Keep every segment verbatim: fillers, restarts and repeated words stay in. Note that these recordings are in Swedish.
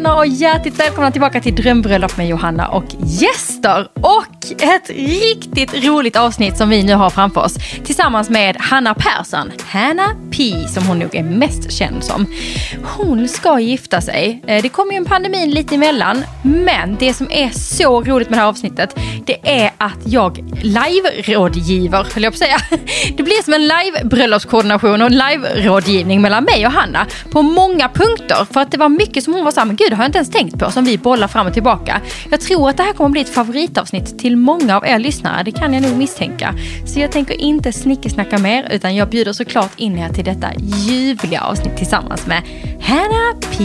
vänner och hjärtligt välkomna tillbaka till Drömbröllop med Johanna och gäster. Och ett riktigt roligt avsnitt som vi nu har framför oss tillsammans med Hanna Persson. Hanna P som hon nog är mest känd som. Hon ska gifta sig. Det kommer ju en pandemi lite emellan. Men det som är så roligt med det här avsnittet, det är att jag live-rådgiver, höll jag på att säga. Det blir som en live-bröllopskoordination och en live-rådgivning mellan mig och Hanna på många punkter. För att det var mycket som hon var så här, men gud, det har jag inte ens tänkt på, som vi bollar fram och tillbaka. Jag tror att det här kommer att bli ett favoritavsnitt till många av er lyssnare. Det kan jag nog misstänka. Så jag tänker inte snickesnacka mer, utan jag bjuder såklart in er till detta ljuvliga avsnitt tillsammans med Hanna P.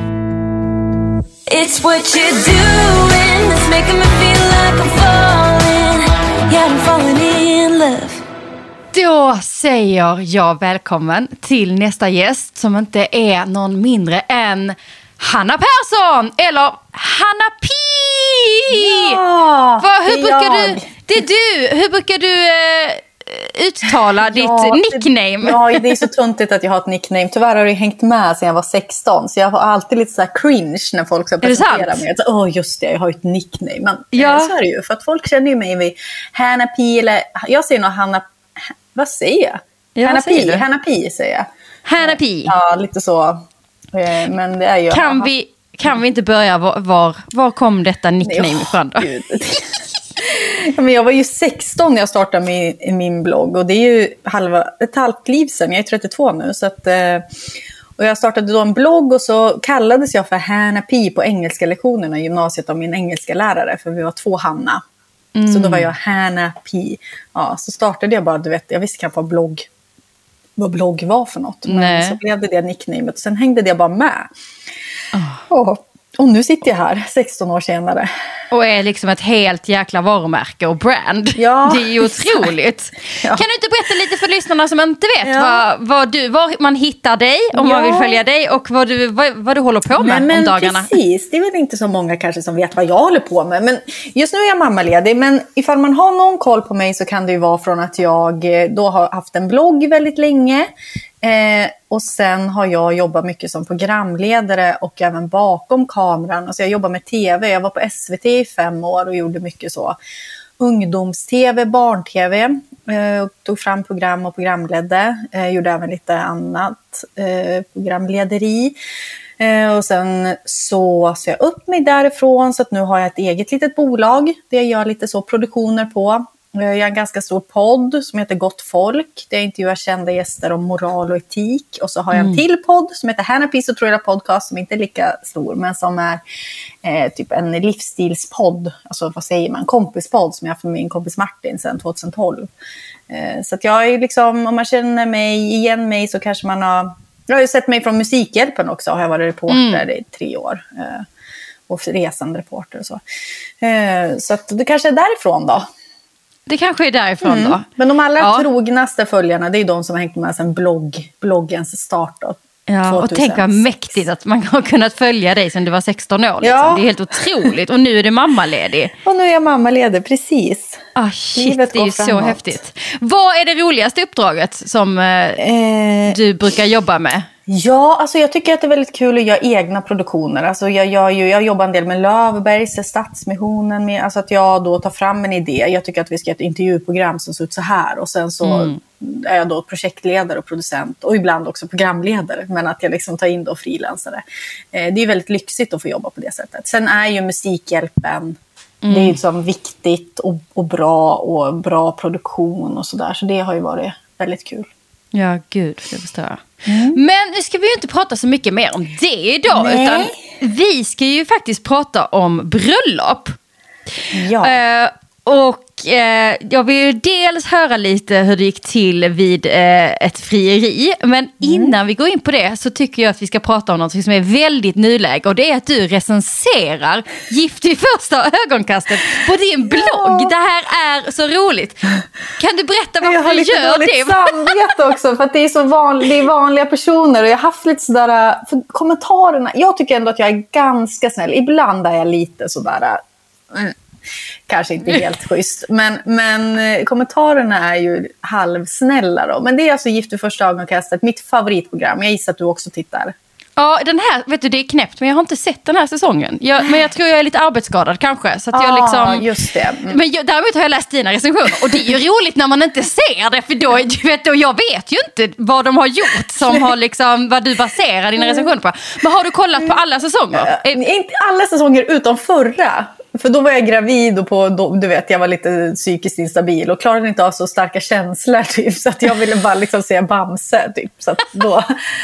It's what you're doing that's making me feel like I'm falling. Yeah, I'm falling in love. Då säger jag välkommen till nästa gäst som inte är någon mindre än Hanna Persson eller Hanna P. Ja, Vad, hur det brukar jag. du? Det är du. Hur brukar du eh, uttala ditt ja, nickname? Ja, det är så tuntigt att jag har ett nickname. Tyvärr har det hängt med sedan jag var sexton. Så jag har alltid lite så här cringe när folk ska presentera mig. Åh, oh, just det, jag har ett nickname. Men ja. Så är det ju. För att folk känner ju mig vid Hanna P. Eller jag säger nog Hanna. Vad säger jag? Ja, Hanna säger P. du? Hanna P säger jag. Hanna P. Ja, lite så. Men det är ju... Kan vi, kan vi inte börja var, var, var kom detta nickname Nej, ifrån då? Gud. Ja, men jag var ju sexton när jag startade min, min blogg. Och det är ju halva, ett halvt liv sedan. Jag är trettiotvå nu. Så att, och jag startade då en blogg och så kallades jag för Hanna P på engelska lektionerna i gymnasiet av min engelska lärare. För vi var två Hanna. Mm. Så då var jag Hanna P. Ja, så startade jag bara, du vet, jag visste kanske vad blogg, vad blogg var för något. Men Nej. Så blev det det nicknamet. Sen hängde det bara med. Oh. Och, och nu sitter jag här, sexton år senare. Och är liksom ett helt jäkla varumärke och brand. Ja, det är ju otroligt. Ja. Kan du inte berätta lite för lyssnarna som inte vet ja. vad, vad du, var man hittar dig om ja. man vill följa dig och vad du, vad, vad du håller på med Nej, men om dagarna? Precis, det är väl inte så många kanske som vet vad jag håller på med. Men just nu är jag mammaledig. Men ifall man har någon koll på mig så kan det ju vara från att jag då har haft en blogg väldigt länge. Eh, och sen har jag jobbat mycket som programledare och även bakom kameran. Alltså jag jobbar med tv. Jag var på S V T i fem år och gjorde mycket så ungdoms-tv, barn-tv. Eh, och tog fram program och programledde. Eh, gjorde även lite annat eh, programlederi. Eh, och sen så så jag upp mig därifrån så att nu har jag ett eget litet bolag. Det jag gör lite så produktioner på. Jag har en ganska stor podd som heter Gott folk. Där jag intervjuar kända gäster om moral och etik. Och så har jag en mm. till podd som heter Hanna P så tror jag podcast som inte är lika stor. Men som är eh, typ en livsstilspodd. Alltså vad säger man? Kompispodd som jag har för min kompis Martin sedan tjugohundratolv. Eh, så att jag är liksom, om man känner mig igen mig så kanske man har... Jag har ju sett mig från Musikhjälpen också. Har jag varit reporter mm. i tre år. Eh, och resande reporter och så. Eh, så att det kanske är därifrån då. Det kanske är därifrån mm. då. Men de allra ja. trognaste följarna, det är de som har hängt med sedan blogg, bloggens start då. Ja, och tänk vad mäktigt att man har kunnat följa dig sedan du var sexton år. Liksom. Ja. Det är helt otroligt. Och nu är du mammaledig. Och nu är jag mammaledig, precis. Ah, shit, det är ju så häftigt. Vad är det roligaste uppdraget som eh, du brukar jobba med? Ja, alltså jag tycker att det är väldigt kul att göra egna produktioner. Alltså jag, gör ju, jag jobbar en del med Löfbergs, Stadsmissionen. Med, alltså att jag då tar fram en idé. Jag tycker att vi ska göra ett intervjuprogram som ser ut så här. Och sen så mm. är jag då projektledare och producent. Och ibland också programledare. Men att jag liksom tar in då frilansare. Eh, det är väldigt lyxigt att få jobba på det sättet. Sen är ju Musikhjälpen... Mm. Det är ju liksom viktigt och, och bra. Och bra produktion och sådär. Så det har ju varit väldigt kul. Ja, gud, det förstår jag. Mm. Men nu ska vi ju inte prata så mycket mer om det idag. Nej. Utan vi ska ju faktiskt prata om bröllop. Ja. Uh, och uh, jag vill ju dels höra lite hur det gick till vid uh, ett frieri. Men mm. innan vi går in på det så tycker jag att vi ska prata om något som är väldigt nuläge. Och det är att du recenserar Gift i första ögonkastet på din blogg. Ja. Det här är så roligt. Kan du berätta varför jag har du lite gör det? Jag har lite samvete också för att det är så van, det är vanliga personer. Och jag har haft lite sådär, för kommentarerna, jag tycker ändå att jag är ganska snäll. Ibland är jag lite sådär... Mm. Kanske inte helt schysst. Men, men kommentarerna är ju halvsnälla då. Men det är alltså Gift i första ögonkastet, mitt favoritprogram. Jag gissar att du också tittar. Ja, den här, vet du, det är knäppt, men jag har inte sett den här säsongen. Jag, men jag tror jag är lite arbetsskadad kanske. Så att jag liksom, ah, just det. Mm. Men jag, däremot har jag läst dina recensioner. Och det är ju roligt när man inte ser det. För då, du vet, då, jag vet ju inte vad de har gjort som har liksom, vad du baserar dina recensioner på. Men har du kollat på alla säsonger? Äh, inte alla säsonger utom förra. För då var jag gravid och på, då, du vet, jag var lite psykiskt instabil och klarade inte av så starka känslor typ, så att jag ville bara liksom se Bamse typ, så att då,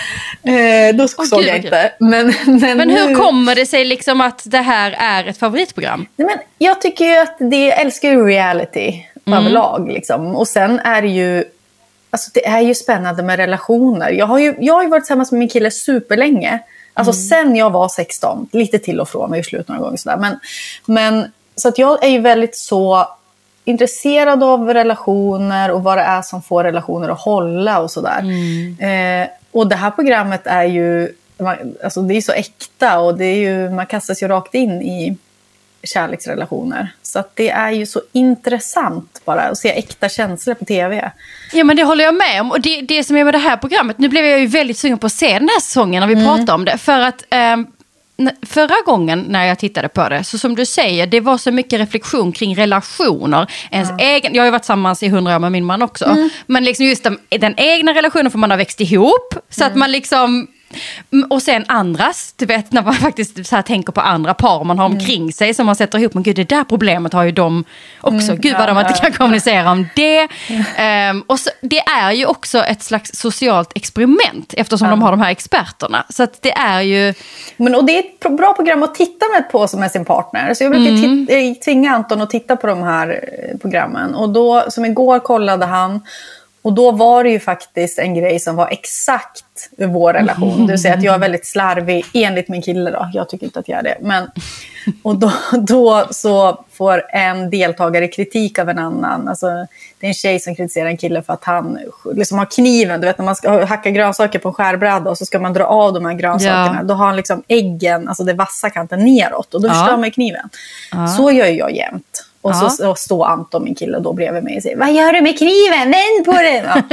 eh, då såg oh, jag Gud, inte. Men, men, men hur nu... kommer det sig liksom att det här är ett favoritprogram? Nej, men jag tycker ju att det, jag älskar ju reality mm. överlag liksom. Och sen är det ju, alltså det är ju spännande med relationer. Jag har ju, jag har ju varit tillsammans med min kille superlänge. Alltså mm. sen jag var sexton, lite till och från, vi slut några gånger sådär. Men, men så att jag är ju väldigt så intresserad av relationer och vad det är som får relationer att hålla och sådär. Mm. Eh, och det här programmet är ju, alltså det är så äkta och det är ju, man kastas ju rakt in i kärleksrelationer. Så att det är ju så intressant bara att se äkta känslor på tv. Ja, men det håller jag med om. Och det, det som är med det här programmet, nu blev jag ju väldigt sugen på att se den här säsongen när vi mm. pratade om det. För att eh, förra gången när jag tittade på det, så som du säger, det var så mycket reflektion kring relationer. Ens ja. egen, jag har ju varit tillsammans i hundra år med min man också. Mm. Men liksom just den, den egna relationen, för man har växt ihop. Så mm. att man liksom... Och sen andras, du vet, när man faktiskt så här tänker på andra par man har omkring mm. sig som man sätter ihop, men gud, det där problemet har ju de också, mm, gud vad ja, de inte kan kommunicera om det. Mm. Um, och så, det är ju också ett slags socialt experiment eftersom mm. de har de här experterna, så att det är ju... Men, och det är ett bra program att titta med på som är sin partner, så jag brukar mm. titta, tvinga Anton att titta på de här programmen, och då, som igår kollade han. Och då var det ju faktiskt en grej som var exakt vår relation. Det vill säga att jag är väldigt slarvig enligt min kille då. Jag tycker inte att jag är det. Men, och då, då så får en deltagare kritik av en annan. Alltså, det är en tjej som kritiserar en kille för att han liksom har kniven. Du vet när man ska hacka grönsaker på en skärbräda och så ska man dra av de här grönsakerna. Ja. Då har han liksom äggen, alltså det vassa kanten neråt. Och då förstör man kniven. Ja. Så gör jag jämt. Och ja. så står Anton, min kille, då bredvid mig och säger: vad gör du med kniven? Vänd på den! Ja.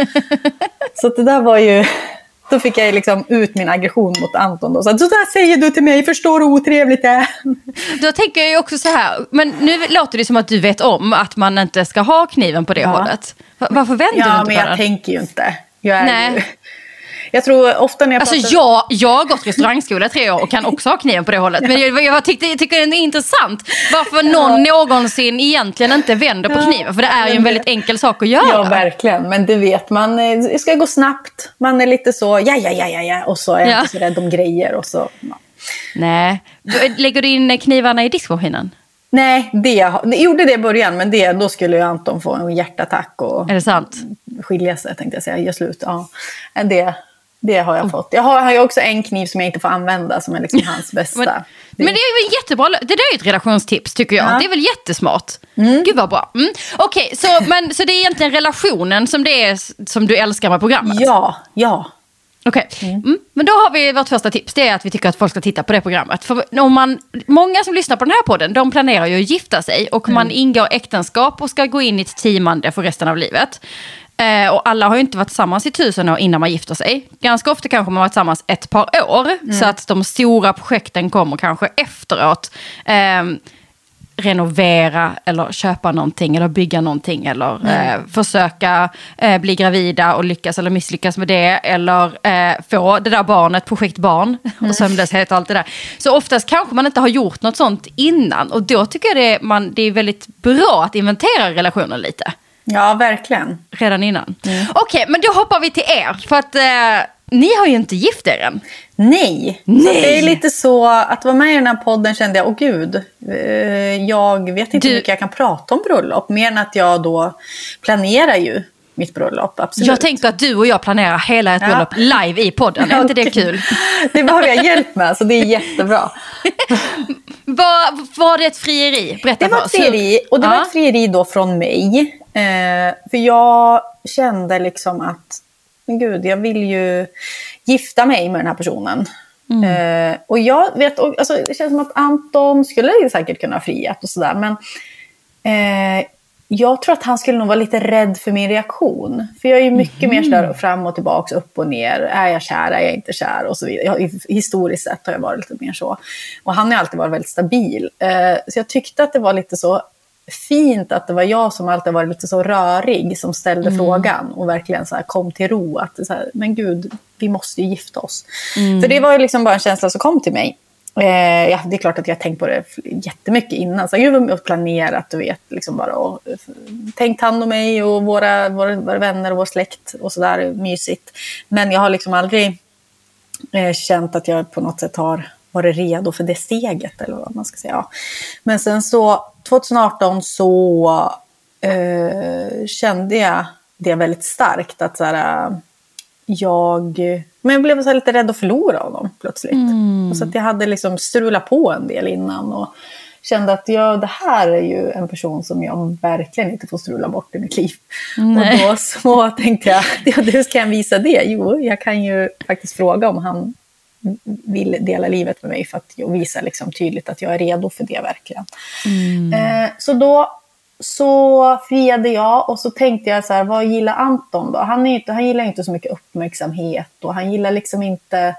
Så det där var ju... Då fick jag liksom ut min aggression mot Anton. Då. Så, så där säger du till mig, förstår du hur otrevligt det är? Då tänker jag ju också så här, men nu låter det som att du vet om att man inte ska ha kniven på det ja. hållet. Varför vänder ja, du inte på på den? Ja, men jag tänker ju inte. Jag är Nej. Ju... Jag tror ofta när jag alltså pratar... jag, jag har gått restaurangskola i tre år och kan också ha kniven på det hållet. Men jag, jag, tyckte, jag tycker det är intressant varför någon ja. någonsin egentligen inte vänder på kniven. För det är ju en väldigt enkel sak att göra. Ja, verkligen. Men det vet man. Det ska gå snabbt. Man är lite så, ja, ja, ja, ja, ja. Och så är jag ja. inte så rädd om grejer. Och så, ja. Nej. Lägger du in knivarna i diskmaskinen? Nej, det, jag gjorde det i början, men det, då skulle ju Anton få en hjärtattack och är det sant? Skilja sig, tänkte jag säga, göra slut. Ja, det, det har jag oh. fått. Jag har, har ju också en kniv som jag inte får använda, som är liksom hans bästa. men, det. men det är väl jättebra, det där är ju ett relationstips tycker jag. Ja. Det är väl jättesmart. Mm. Gud vad bra. Mm. Okej, okay, så, men, så det är egentligen relationen som, det är, som du älskar med programmet? Ja, ja. Okej, okay. mm. mm. men då har vi vårt första tips. Det är att vi tycker att folk ska titta på det programmet. För om man, många som lyssnar på den här podden, de planerar ju att gifta sig. Och mm. man ingår äktenskap och ska gå in i ett teamande för resten av livet. Eh, och alla har ju inte varit tillsammans i tusen år innan man gifter sig. Ganska ofta kanske man har varit tillsammans ett par år. Mm. Så att de stora projekten kommer kanske efteråt. Eh, renovera eller köpa någonting eller bygga någonting eller mm. eh, försöka eh, bli gravida och lyckas eller misslyckas med det eller eh, få det där barnet, projektbarn mm. och sömnlöshet och allt det där. Så oftast kanske man inte har gjort något sånt innan och då tycker jag det, man, det är väldigt bra att inventera relationen lite. Ja, verkligen. Redan innan. Mm. Okej, okay, men då hoppar vi till er för att eh, ni har ju inte gift er än. Nej. Nej. Så det är lite så att vara med i den här podden kände jag, åh gud, jag vet inte du... hur mycket jag kan prata om bröllop. Mer än att jag då planerar ju mitt bröllop, absolut. Jag tänker att du och jag planerar hela ett ja. bröllop live i podden. Är inte det kul? Det behöver jag hjälp med, så det är jättebra. var, var det ett frieri? Berätta det var ett frieri, och det ja. var ett frieri då från mig. Eh, för jag kände liksom att men gud, jag vill ju gifta mig med den här personen. Mm. Eh, och jag vet, och, alltså, det känns som att Anton skulle ju säkert kunna friat och sådär. Men eh, jag tror att han skulle nog vara lite rädd för min reaktion. För jag är ju mycket mm. mer sådär fram och tillbaka, upp och ner. Är jag kär, är jag inte kär och så vidare. Jag, historiskt sett har jag varit lite mer så. Och han har alltid varit väldigt stabil. Eh, så jag tyckte att det var lite så fint att det var jag som alltid varit lite så rörig som ställde mm. frågan och verkligen så här kom till ro. Att det så här, men gud, vi måste ju gifta oss. Mm. För det var ju liksom bara en känsla som kom till mig. Eh, ja, det är klart att jag har tänkt på det jättemycket innan. Så jag har planerat, du vet, liksom bara och, tänkt hand om mig och våra, våra, våra vänner och vår släkt och sådär, mysigt. Men jag har liksom aldrig eh, känt att jag på något sätt har varit redo för det steget, eller vad man ska säga. Ja. Men sen så, tjugo arton så eh, kände jag det väldigt starkt, att så här, jag... Men jag blev så lite rädd att förlora honom plötsligt. Mm. Och så att jag hade liksom strulat på en del innan. Och kände att jag, det här är ju en person som jag verkligen inte får strula bort i mitt liv. Nej. Och då så tänkte jag, hur ska jag visa det? Jo, jag kan ju faktiskt fråga om han vill dela livet med mig. För att jag visar liksom tydligt att jag är redo för det verkligen. Mm. Eh, så då... Så friade jag och så tänkte jag så här, vad gillar Anton då? Han, är inte, han gillar inte så mycket uppmärksamhet och han gillar liksom inte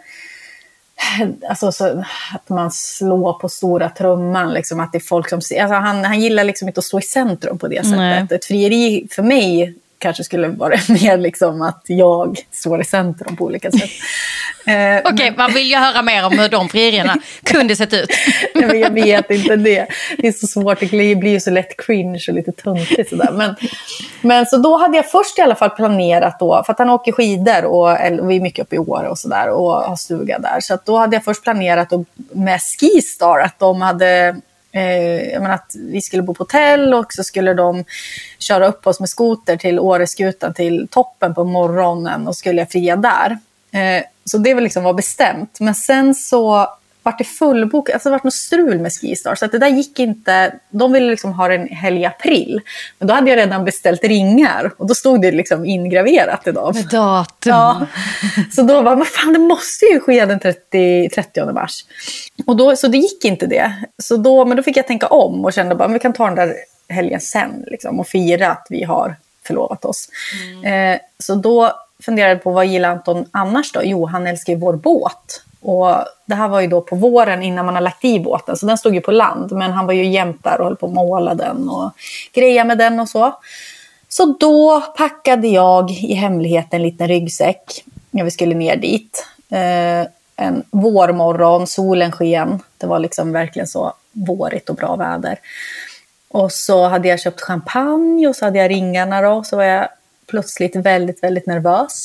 alltså, så, att man slår på stora trumman. Liksom, att det är folk som, alltså, han, han gillar liksom inte att stå i centrum på det sättet. Nej. Ett frieri för mig kanske skulle vara mer liksom att jag står i centrum på olika sätt. Eh, Okej, okay, man vill ju höra mer om hur de frierierna kunde sett ut. Nej, men jag vet inte det. Det är så svårt, det blir ju så lätt cringe och lite tuntigt sådär. Men, men så då hade jag först i alla fall planerat då, för att han åker skidor och, och vi är mycket uppe i Åre och sådär och har stuga där. Så att då hade jag först planerat då, med Skistar att de hade... Eh, jag menar att vi skulle bo på hotell och så skulle de köra upp oss med skoter till Åreskutan till toppen på morgonen och skulle jag fria där. Eh, så det var liksom var bestämt. Men sen så var det fullbok, alltså det var något strul med Skistar så att det där gick inte. De ville liksom ha en helg i april. Men då hade jag redan beställt ringar och då stod det liksom ingraverat idag. Med datum. Ja. Så då var man fan det måste ju ske den trettionde mars. Och då, så det gick inte det. Så då, men då fick jag tänka om och kände bara vi kan ta den där helgen sen liksom, och fira att vi har förlovat oss. Mm. Eh, så då funderade jag på vad gillar Anton annars då? Jo, han älskar ju vår båt. Och det här var ju då på våren innan man har lagt i båten. Så den stod ju på land. Men han var ju jämt där och höll på att måla den och greja med den och så. Så då packade jag i hemlighet en liten ryggsäck när vi skulle ner dit. Eh, en vårmorgon, solen sken. Det var liksom verkligen så vårigt och bra väder. Och så hade jag köpt champagne och så hade jag ringarna då. Så var jag plötsligt väldigt, väldigt nervös.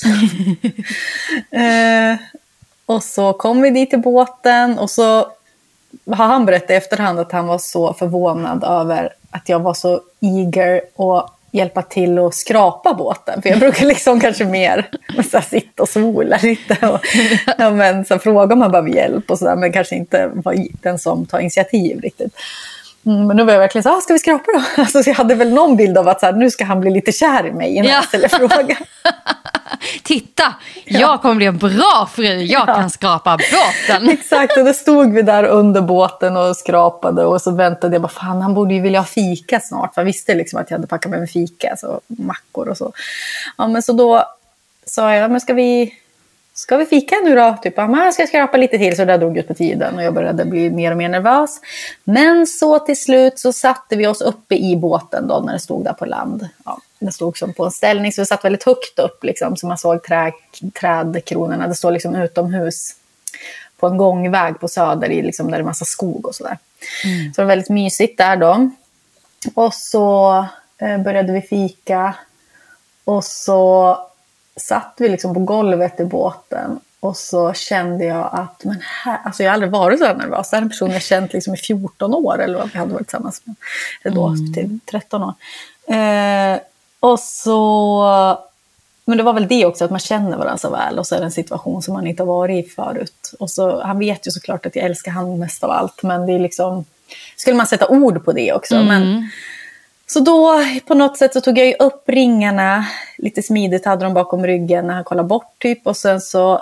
eh, och så kom vi dit till båten och så har han berättat i efterhand att han var så förvånad över att jag var så eager och hjälpa till att skrapa båten. För jag brukar liksom kanske mer så här, sitta och svola lite. Och, ja, men, så frågar man bara hjälp och sådär. Men kanske inte var den som tar initiativ riktigt. Mm, men nu var jag verkligen så här, ska vi skrapa då? Alltså, så jag hade väl någon bild av att så här, nu ska han bli lite kär i mig innan ja. jag ställer frågan. Titta, jag ja. kommer bli en bra fru. Jag ja. kan skrapa båten. Exakt, och då stod vi där under båten och skrapade. Och så väntade jag bara, fan han borde ju vilja ha fika snart. För jag visste liksom att jag hade packat med mig fika, så mackor och så. Ja, men så då sa jag, men ska vi... Ska vi fika nu då? Typ, jag ska skrapa lite till, så det drog ut på tiden och jag började bli mer och mer nervös. Men så till slut så satte vi oss uppe i båten då när det stod där på land. Ja, det stod som på en ställning så vi satt väldigt högt upp liksom, så man såg trä, trädkronorna. Det stod liksom utomhus på en gångväg på Söder i, liksom, där det är massa skog och sådär. Mm. Så det var väldigt mysigt där då. Och så eh, började vi fika och så satt vi liksom på golvet i båten och så kände jag att men här, alltså jag har aldrig varit så här nervös. Det här är en person jag känt liksom i fjorton år eller vad vi hade varit tillsammans med. Eller då mm. till tretton år. Eh, och så, men det var väl det också att man känner varandra så väl och så är det en situation som man inte har varit i förut. Och så, han vet ju såklart att jag älskar han mest av allt, men det är liksom, skulle man sätta ord på det också, mm. men så då på något sätt så tog jag ju upp ringarna lite smidigt, hade de bakom ryggen när han kollade bort typ. Och sen så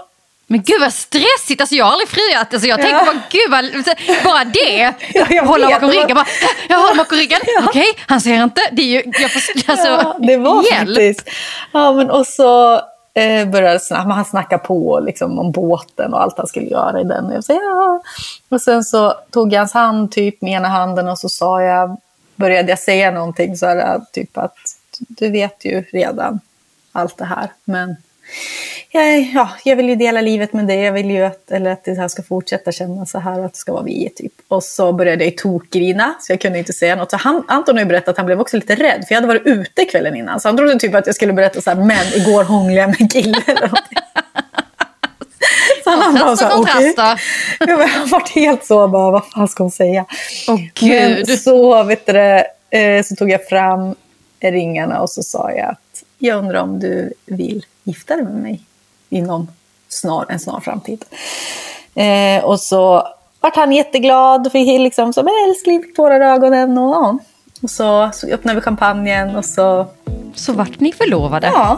Men gud vad stressigt, alltså jag har aldrig friat. Alltså jag tänker ja. bara, gud vad, bara det. Ja, jag hålla vet, bakom ryggen, bara, jag håller bakom ryggen. Ja. Okej, okay, han ser inte. Det är ju, jag får, alltså, ja, det var hjälp. faktiskt. Ja, men och så eh, började snacka, han snacka på liksom, om båten och allt han skulle göra i den. Och, jag sa, ja. Och sen så tog jag hans hand typ med ena handen och så sa jag, började jag säga någonting så här, typ att du vet ju redan allt det här, men jag, ja, jag vill ju dela livet med det. Jag vill ju att, eller att det här ska fortsätta kännas så här, att det ska vara vi typ. Och så började jag tokgrina, så jag kunde inte säga något. Så han, Anton har ju berättat att han blev också lite rädd, för jag hade varit ute kvällen innan. Så han trodde typ att jag skulle berätta så här, men igår hånglade jag med killen eller någonting. Så han bara så här, okej. Okay. Han var helt så, bara, vad fan ska hon säga? Åh oh, gud. Men så, vet du, så tog jag fram ringarna och så sa jag att jag undrar om du vill gifta dig med mig inom snar, en snar framtid. Eh, och så vart han jätteglad, för liksom som en älskling, fick tårar i ögonen och, ja. Och så, så öppnade vi champagnen och så... Så vart ni förlovade? Ja.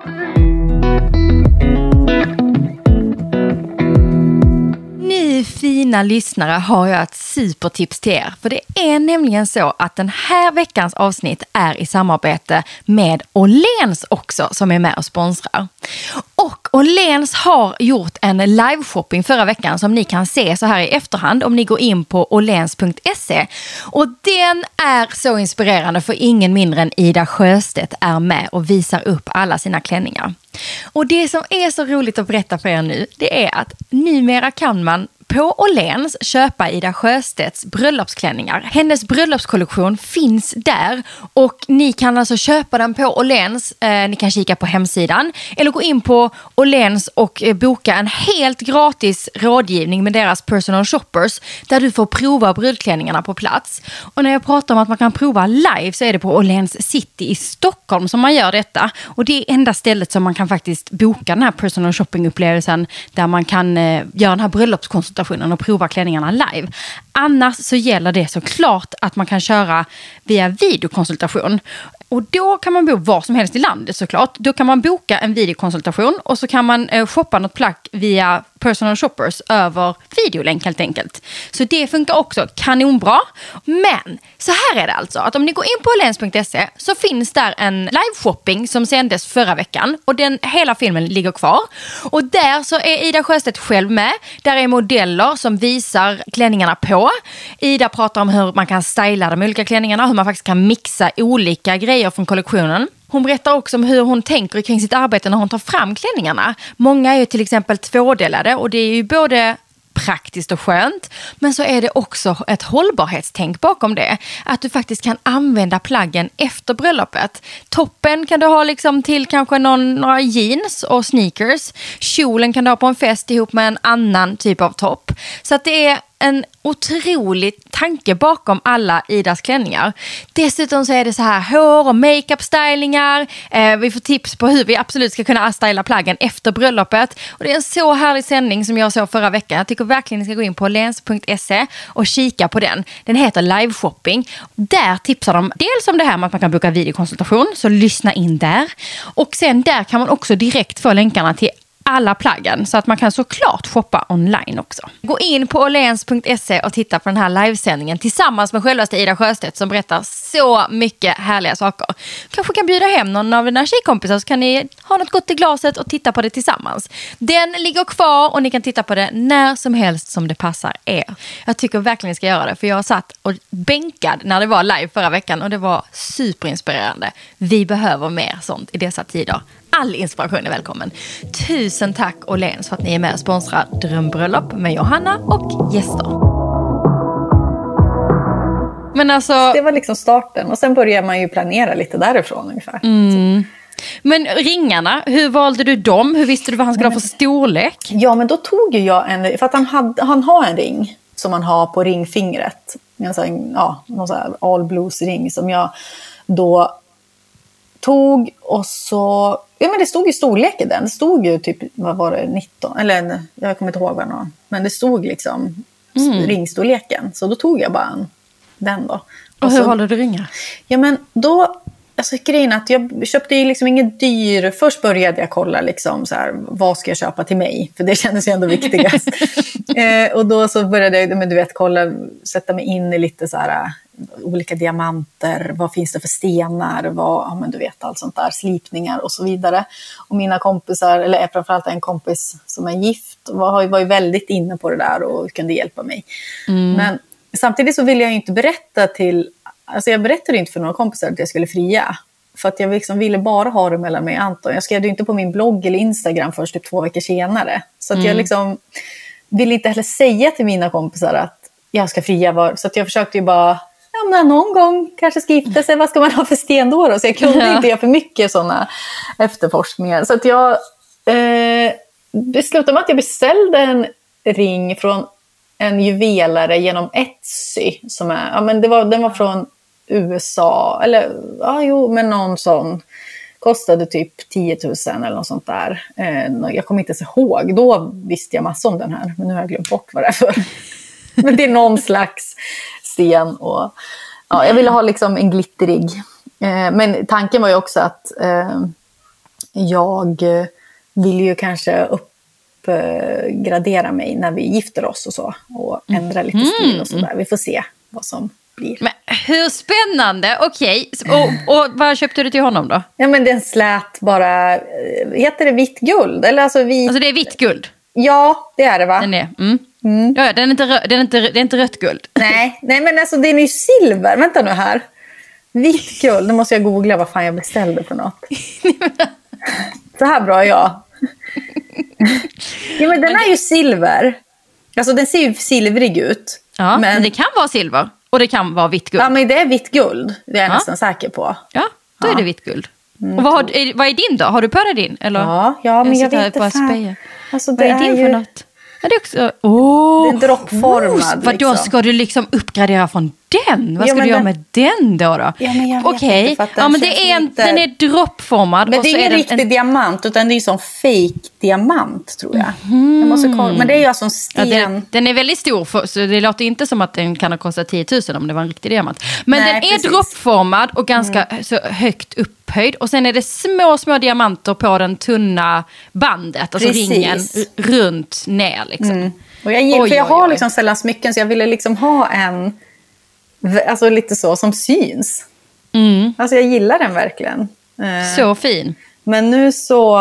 Ni fina lyssnare har jag ett supertips till er. För det är nämligen så att den här veckans avsnitt är i samarbete med Åhléns också, som är med och sponsrar. Och Åhléns har gjort en live-shopping förra veckan som ni kan se så här i efterhand om ni går in på åhléns punkt se. Och den är så inspirerande, för ingen mindre än Ida Sjöstedt är med och visar upp alla sina klänningar. Och det som är så roligt att berätta för er nu, det är att numera kan man på Åhléns köpa Ida Sjöstedts bröllopsklänningar. Hennes bröllopskollektion finns där och ni kan alltså köpa den på Åhléns. Eh, ni kan kika på hemsidan eller gå in på Åhléns och eh, boka en helt gratis rådgivning med deras personal shoppers där du får prova brudklänningarna på plats. Och när jag pratar om att man kan prova live så är det på Åhléns City i Stockholm som man gör detta. Och det är enda stället som man kan faktiskt boka den här personal shopping-upplevelsen där man kan eh, göra den här bröllopskonsultationen och prova klänningarna live. Annars så gäller det såklart att man kan köra via videokonsultation. Och då kan man bo var som helst i landet såklart. Då kan man boka en videokonsultation och så kan man eh, shoppa något plagg via personal shoppers över videolänk helt enkelt. Så det funkar också kanonbra. Men så här är det alltså att om ni går in på åhléns punkt se så finns där en live-shopping som sändes förra veckan och den hela filmen ligger kvar. Och där så är Ida Sjöstedt själv med. Där är modeller som visar klänningarna på. Ida pratar om hur man kan styla de olika klänningarna, hur man faktiskt kan mixa olika grejer från kollektionen. Hon berättar också om hur hon tänker kring sitt arbete när hon tar fram klänningarna. Många är ju till exempel tvådelade och det är ju både praktiskt och skönt, men så är det också ett hållbarhetstänk bakom det. Att du faktiskt kan använda plaggen efter bröllopet. Toppen kan du ha liksom till kanske någon, några jeans och sneakers. Kjolen kan du ha på en fest ihop med en annan typ av topp. Så att det är en otrolig tanke bakom alla Idas klänningar. Dessutom så är det så här hår- och makeup-stylingar. Eh, vi får tips på hur vi absolut ska kunna styla plaggen efter bröllopet. Och det är en så härlig sändning som jag såg förra veckan. Jag tycker verkligen ni ska gå in på åhléns punkt se och kika på den. Den heter Live Shopping. Där tipsar de dels om det här med att man kan boka videokonsultation, så lyssna in där. Och sen där kan man också direkt få länkarna till alla plaggen, så att man kan såklart shoppa online också. Gå in på åhléns punkt se och titta på den här livesändningen tillsammans med självaste Ida Sjöstedt som berättar så mycket härliga saker. Kanske kan bjuda hem någon av dina tjejkompisar så kan ni ha något gott i glaset och titta på det tillsammans. Den ligger kvar och ni kan titta på det när som helst som det passar er. Jag tycker verkligen ni ska göra det, för jag satt och bänkad när det var live förra veckan och det var superinspirerande. Vi behöver mer sånt i dessa tider. All inspiration är välkommen. Tusen tack Åhléns för att ni är med och sponsrar Drömbröllop med Johanna och gäster. Men alltså... Det var liksom starten och sen börjar man ju planera lite därifrån ungefär. Mm. Men ringarna, hur valde du dem? Hur visste du vad han skulle ha för storlek? Ja, men då tog ju jag en... För att han, hade, han har en ring som man har på ringfingret. En sån, ja, någon sån här all blues ring som jag då tog och så... Ja, men det stod ju storlek i den. Det stod ju typ, vad var det, nitton? Eller jag kommer inte ihåg vad det var. Men det stod liksom mm. ringstorleken. Så då tog jag bara en, den då. Och, och hur så, valde du ringar? Ja, men då alltså grejen att jag köpte ju liksom ingen dyr... Först började jag kolla liksom så här, vad ska jag köpa till mig? För det kändes ju ändå viktigast. eh, och då så började jag, men du vet, kolla, sätta mig in i lite så här olika diamanter. Vad finns det för stenar? Vad, ja, men du vet, allt sånt där. Slipningar och så vidare. Och mina kompisar, eller framförallt en kompis som är gift, var, var ju väldigt inne på det där och kunde hjälpa mig. Mm. Men samtidigt så ville jag ju inte berätta till... Alltså jag berättade inte för några kompisar att jag skulle fria. För att jag liksom ville bara ha det mellan mig och Anton. Jag skrev det inte på min blogg eller Instagram först typ två veckor senare. Så att mm. jag liksom ville inte heller säga till mina kompisar att jag ska fria. Så att jag försökte ju bara, ja men någon gång kanske ska gifta sig. Vad ska man ha för sten då? Så jag kunde ja. inte göra för mycket sådana efterforskningar. Så att jag eh, beslutade mig att jag beställde en ring från en juvelare genom Etsy. Som är, ja, men det var, den var från U S A, eller ja, jo, men någon sån kostade typ tio tusen eller något sånt där. Eh, jag kommer inte ens ihåg, då visste jag massor om den här, men nu har jag glömt bort vad det är för. Men det är någon slags sten och ja, jag ville ha liksom en glitterig. Eh, men tanken var ju också att eh, jag vill ju kanske uppgradera mig när vi gifter oss och så, och ändra lite stil och sådär. Vi får se vad som blir. Men hur spännande, okej. Och, och vad köpte du till honom då? Ja, men den slät bara, heter det vitt guld? Eller alltså, vi... alltså det är vitt guld? Ja, det är det va? Den är, mm. Mm. Ja, den är inte, rö- den är inte, det är inte rött guld. Nej, nej, men alltså den är ju silver, vänta nu här. Vitt guld, nu måste jag googla vad fan jag beställde för något. Så här bra är jag. Ja, men den är ju silver. Alltså den ser ju silvrig ut. Ja, men, men det kan vara silver. Och det kan vara vitt guld. Ja, men det är vitt guld. Det är jag ja. nästan säker på. Ja, då ja. är det vitt guld. Mm. Och vad, har, är, vad är din då? Har du på dig din? Eller? Ja, ja, men jag, jag vet inte fan. Alltså, vad är, är din ju... för något? Ja, det är också... Oh, det är droppformad. Oh, vad då liksom. Ska du liksom uppgradera från den? Vad ska ja, du göra den... med den då? då? Ja, men jag vet Okej, inte, ja, men det är en, lite... den är droppformad. Men och det är så ingen är riktig en... diamant, utan det är ju som fake diamant, tror jag. Mm. jag måste kolla. Men det är ju alltså en sten. Ja, den, den är väldigt stor, för, så det låter inte som att den kan ha kostat tio tusen om det var en riktig diamant. Men Nej, den är precis. droppformad och ganska mm. så högt upphöjd. Och sen är det små, små diamanter på den tunna bandet, alltså precis. ringen runt ner liksom. Mm. Och jag, oj, för jag oj, har oj. liksom sällan smycken, så jag ville liksom ha en, alltså lite så, som syns. Mm. Alltså jag gillar den verkligen. Så fin. Men nu så...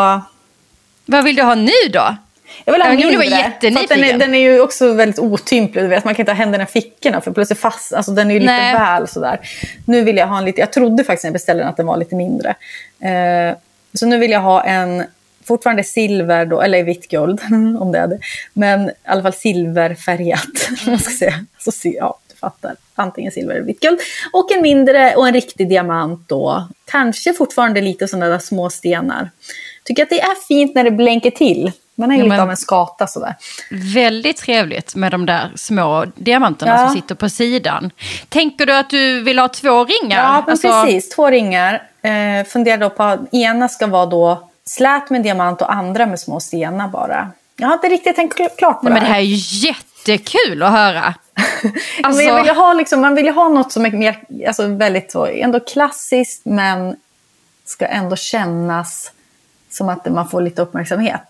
Vad vill du ha nu då? Jag vill ha jag mindre. Var jättenyfiken. Den är, den är ju också väldigt otymplig. Du vet, man kan inte ha händerna i fickorna för plötsligt fast. Alltså den är ju lite Nej. väl sådär. Nu vill jag ha en lite... Jag trodde faktiskt när jag beställde den att den var lite mindre. Eh, så nu vill jag ha en... Fortfarande silver då, eller vitt guld om det är det. Men i alla fall silverfärgat. Man ska säga. Så, ja, du fattar. Antingen silver eller vitt guld. Och en mindre och en riktig diamant då. Kanske fortfarande lite sådana där små stenar. Tycker att det är fint när det blänker till. Man är ju ja, lite men, av en skata sådär. Väldigt trevligt med de där små diamanterna ja. som sitter på sidan. Tänker du att du vill ha två ringar? Ja, alltså... precis. Två ringar. Eh, funderar då på att ena ska vara då slät med diamant och andra med små stenar bara. Jag har inte riktigt tänkt klart på Nej, det här. Men det här är ju jättekul att höra. Alltså... men jag vill ha liksom, man vill ju ha något som är mer, alltså väldigt så, ändå klassiskt, men ska ändå kännas som att man får lite uppmärksamhet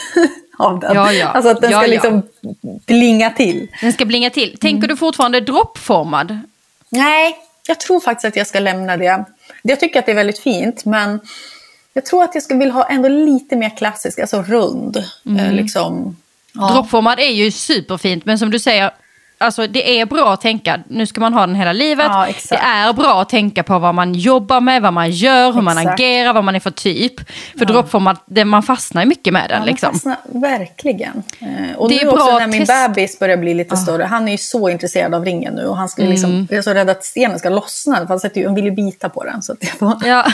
av den. Ja, ja. Alltså att den ja, ska liksom ja. blinga till. Den ska blinga till. Tänker mm. du fortfarande droppformad? Nej, jag tror faktiskt att jag ska lämna det. Jag tycker att det är väldigt fint, men jag tror att jag skulle vilja ha ändå lite mer klassisk, alltså rund. Mm. Eh, liksom. Ja. Droppformad är ju superfint, men som du säger, alltså det är bra att tänka, nu ska man ha den hela livet. Ja, det är bra att tänka på vad man jobbar med, vad man gör, hur exakt. man agerar, vad man är för typ. För ja. droppformad, det, man fastnar ju mycket med den. Ja, liksom. Fastnar, verkligen. Eh, och det nu är också bra när min test- bebis börjar bli lite oh. större, han är ju så intresserad av ringen nu. Och han skulle liksom, mm. jag är så rädd att stenen ska lossna, för han, sätter, han vill ju bita på den. Så att det var... Ja.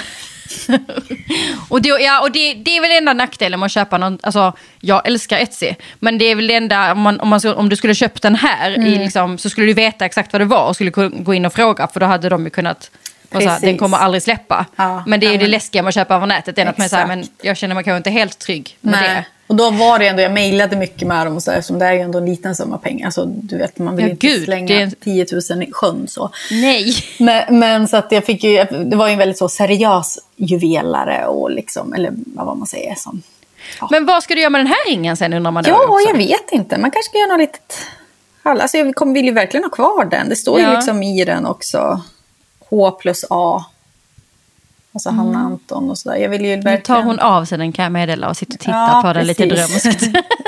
och det, ja, och det, det är väl enda nackdelen med att köpa någon, alltså jag älskar Etsy, men det är väl det enda, om, man, om, man, om du skulle köpt den här mm. i liksom, så skulle du veta exakt vad det var och skulle gå in och fråga, för då hade de ju kunnat så här, den kommer aldrig släppa. Ja, men det är ju ja, det läskiga med att köpa över nätet, är att man säger, men jag känner mig kanske inte helt trygg med Nej. det. Och då var det ändå, jag mejlade mycket med dem och så, som det är ju ändå en liten summa pengar. Alltså, du vet, man vill ja, inte gud, slänga det... tio tusen i sjön så. Nej. Men, men så att jag fick ju, det var ju en väldigt så seriös juvelare och liksom, eller vad man säger som. Ja. Men vad ska du göra med den här ringen sen undrar man då? Ja, också? jag vet inte. Man kanske ska göra något litet. Alltså jag kommer, vill ju verkligen ha kvar den. Det står ja. ju liksom i den också. H plus A. Alltså mm. Hanna Anton och sådär. Jag vill ju verkligen... Nu tar hon av sig den kan jag meddela och sitter och tittar ja, på den lite drömskt.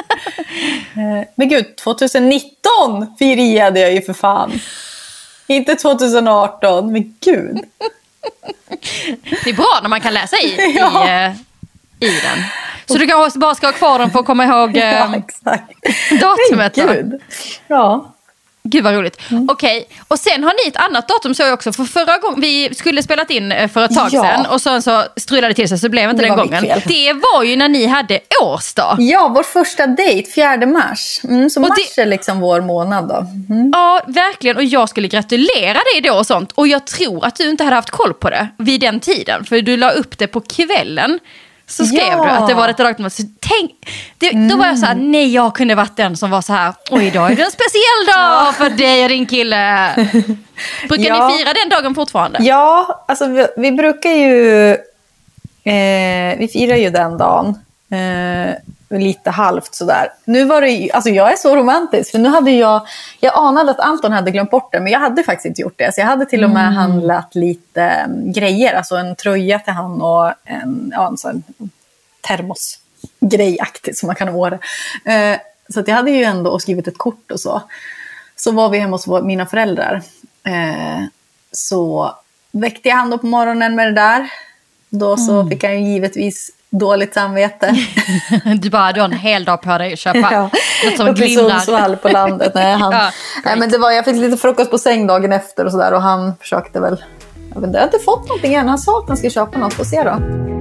Men gud, tjugonitton firade jag ju för fan. Inte tjugoarton, men gud. Det är bra när man kan läsa i, ja. i, i den. Så du kan bara ska ha kvar den för att komma ihåg eh, ja, exakt. datumet. Men gud. Ja. Gud vad roligt. Mm. Okej, okay. Och sen har ni ett annat datum så jag också. För förra gången, vi skulle spelat in för ett tag ja. sedan. Och sen så strulade det till sig så blev inte det den gången. Det var ju när ni hade årsdag. Ja, vår första dejt, fjärde mars. Mm, så och mars det... är liksom vår månad då. Mm. Ja, verkligen. Och jag skulle gratulera dig då och sånt. Och jag tror att du inte hade haft koll på det vid den tiden. För du la upp det på kvällen. Så skrev ja. du att det var ett datum. Så tänk, det, mm. Då var jag så här, nej jag kunde varit den som var så här, oj idag är det en speciell dag för dig och din kille. Brukar ja. ni fira den dagen fortfarande? Ja, alltså vi, vi brukar ju, eh, vi firar ju den dagen. Eh, lite halvt sådär. Nu var det ju, alltså jag är så romantisk för nu hade jag, jag anade att Anton hade glömt bort det men jag hade faktiskt inte gjort det så jag hade till och med mm. handlat lite um, grejer, alltså en tröja till han och en, ja, en sån termosgrejaktigt som man kan åra. Eh, så att jag hade ju ändå skrivit ett kort och så. Så var vi hemma hos mina föräldrar. Eh, så väckte jag han då på morgonen med det där. Då så mm. fick han ju givetvis dåligt samvete. Du bara, du har en hel dag på dig att köpa ja. något som glimrar. Sundsvall på landet. Nej, han, ja, nej, men det var, jag fick lite frukost på säng dagen efter och sådär och han försökte väl, jag vet inte, jag har inte fått någonting än. Han sa att han ska köpa något, får se då.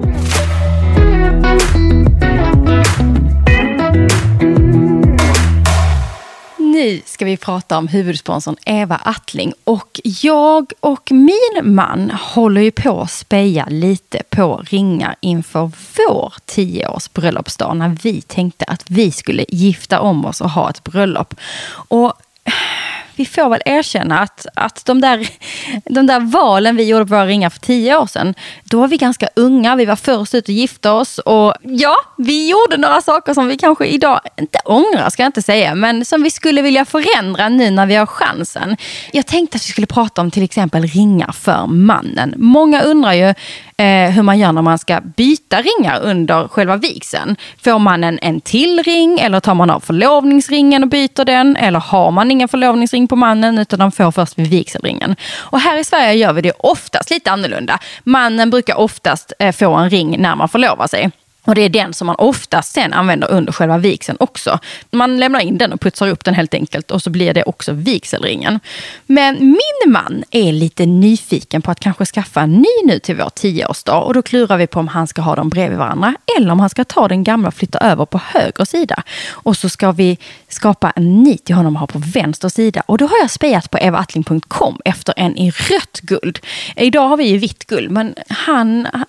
Nu ska vi prata om huvudsponsorn Eva Attling och jag och min man håller ju på att speja lite på ringar inför vår tioårs bröllopsdag när vi tänkte att vi skulle gifta om oss och ha ett bröllop. Och vi får väl erkänna att, att de, där, de där valen vi gjorde på våra ringar för tio år sedan, då var vi ganska unga, vi var först ut att gifta oss och ja, vi gjorde några saker som vi kanske idag inte ångrar, ska jag inte säga, men som vi skulle vilja förändra nu när vi har chansen. Jag tänkte att vi skulle prata om till exempel ringar för mannen. Många undrar ju eh, hur man gör när man ska byta ringar under själva vigseln. Får man en, en till ring eller tar man av förlovningsringen och byter den eller har man ingen förlovningsring på mannen utan de får först vid vigselringen. Och här i Sverige gör vi det oftast lite annorlunda. Mannen brukar oftast eh, få en ring när man förlovar sig. Och det är den som man oftast sen använder under själva vigseln också. Man lämnar in den och putsar upp den helt enkelt och så blir det också vigselringen. Men min man är lite nyfiken på att kanske skaffa en ny nu till vår tioårsdag och då klurar vi på om han ska ha dem bredvid varandra eller om han ska ta den gamla och flytta över på höger sida. Och så ska vi skapa en ny till honom att ha på vänster sida och då har jag spejat på eva attling punkt com efter en i rött guld. Idag har vi ju vitt guld men han... han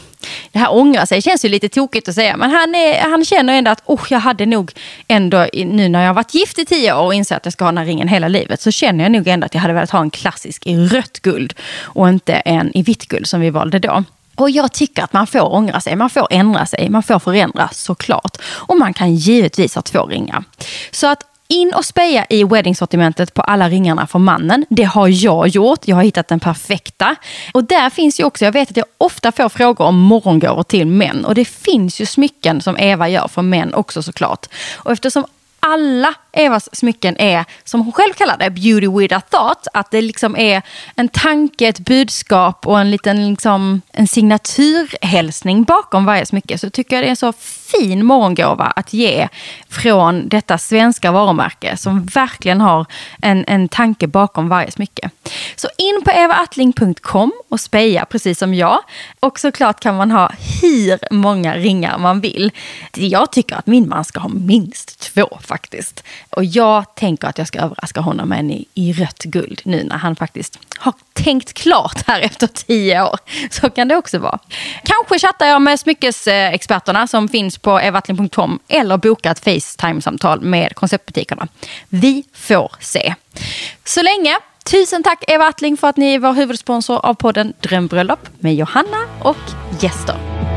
det här ångrar sig, känns ju lite tokigt att säga. Men han, är, han känner ändå att oh, jag hade nog ändå, nu när jag har varit gift i tio år och inser att jag ska ha den här ringen hela livet, så känner jag nog ändå att jag hade velat ha en klassisk i rött guld och inte en i vitt guld som vi valde då. Och jag tycker att man får ångra sig, man får ändra sig, man får förändra såklart. Och man kan givetvis ha två ringar. Så att in och speja i wedding-sortimentet på alla ringarna för mannen. Det har jag gjort. Jag har hittat den perfekta. Och där finns ju också, jag vet att jag ofta får frågor om morgongåvor till män. Och det finns ju smycken som Eva gör för män också såklart. Och eftersom alla Evas smycken är, som hon själv kallar det, beauty with a thought. Att det liksom är en tanke, ett budskap och en liten liksom, en signaturhälsning bakom varje smycke. Så tycker jag det är en så fin morgongåva att ge från detta svenska varumärke som verkligen har en, en tanke bakom varje smycke. Så in på eva attling punkt com och speja precis som jag. Och såklart kan man ha hur många ringar man vill. Jag tycker att min man ska ha minst två faktiskt. faktiskt. Och jag tänker att jag ska överraska honom med en i, i rött guld nu när han faktiskt har tänkt klart här efter tio år. Så kan det också vara. Kanske chattar jag med smyckesexperterna som finns på evattling punkt com eller bokar ett FaceTime-samtal med konceptbutikerna. Vi får se. Så länge, tusen tack Eva Attling för att ni är vår huvudsponsor av podden Drömbröllop med Johanna och gäster.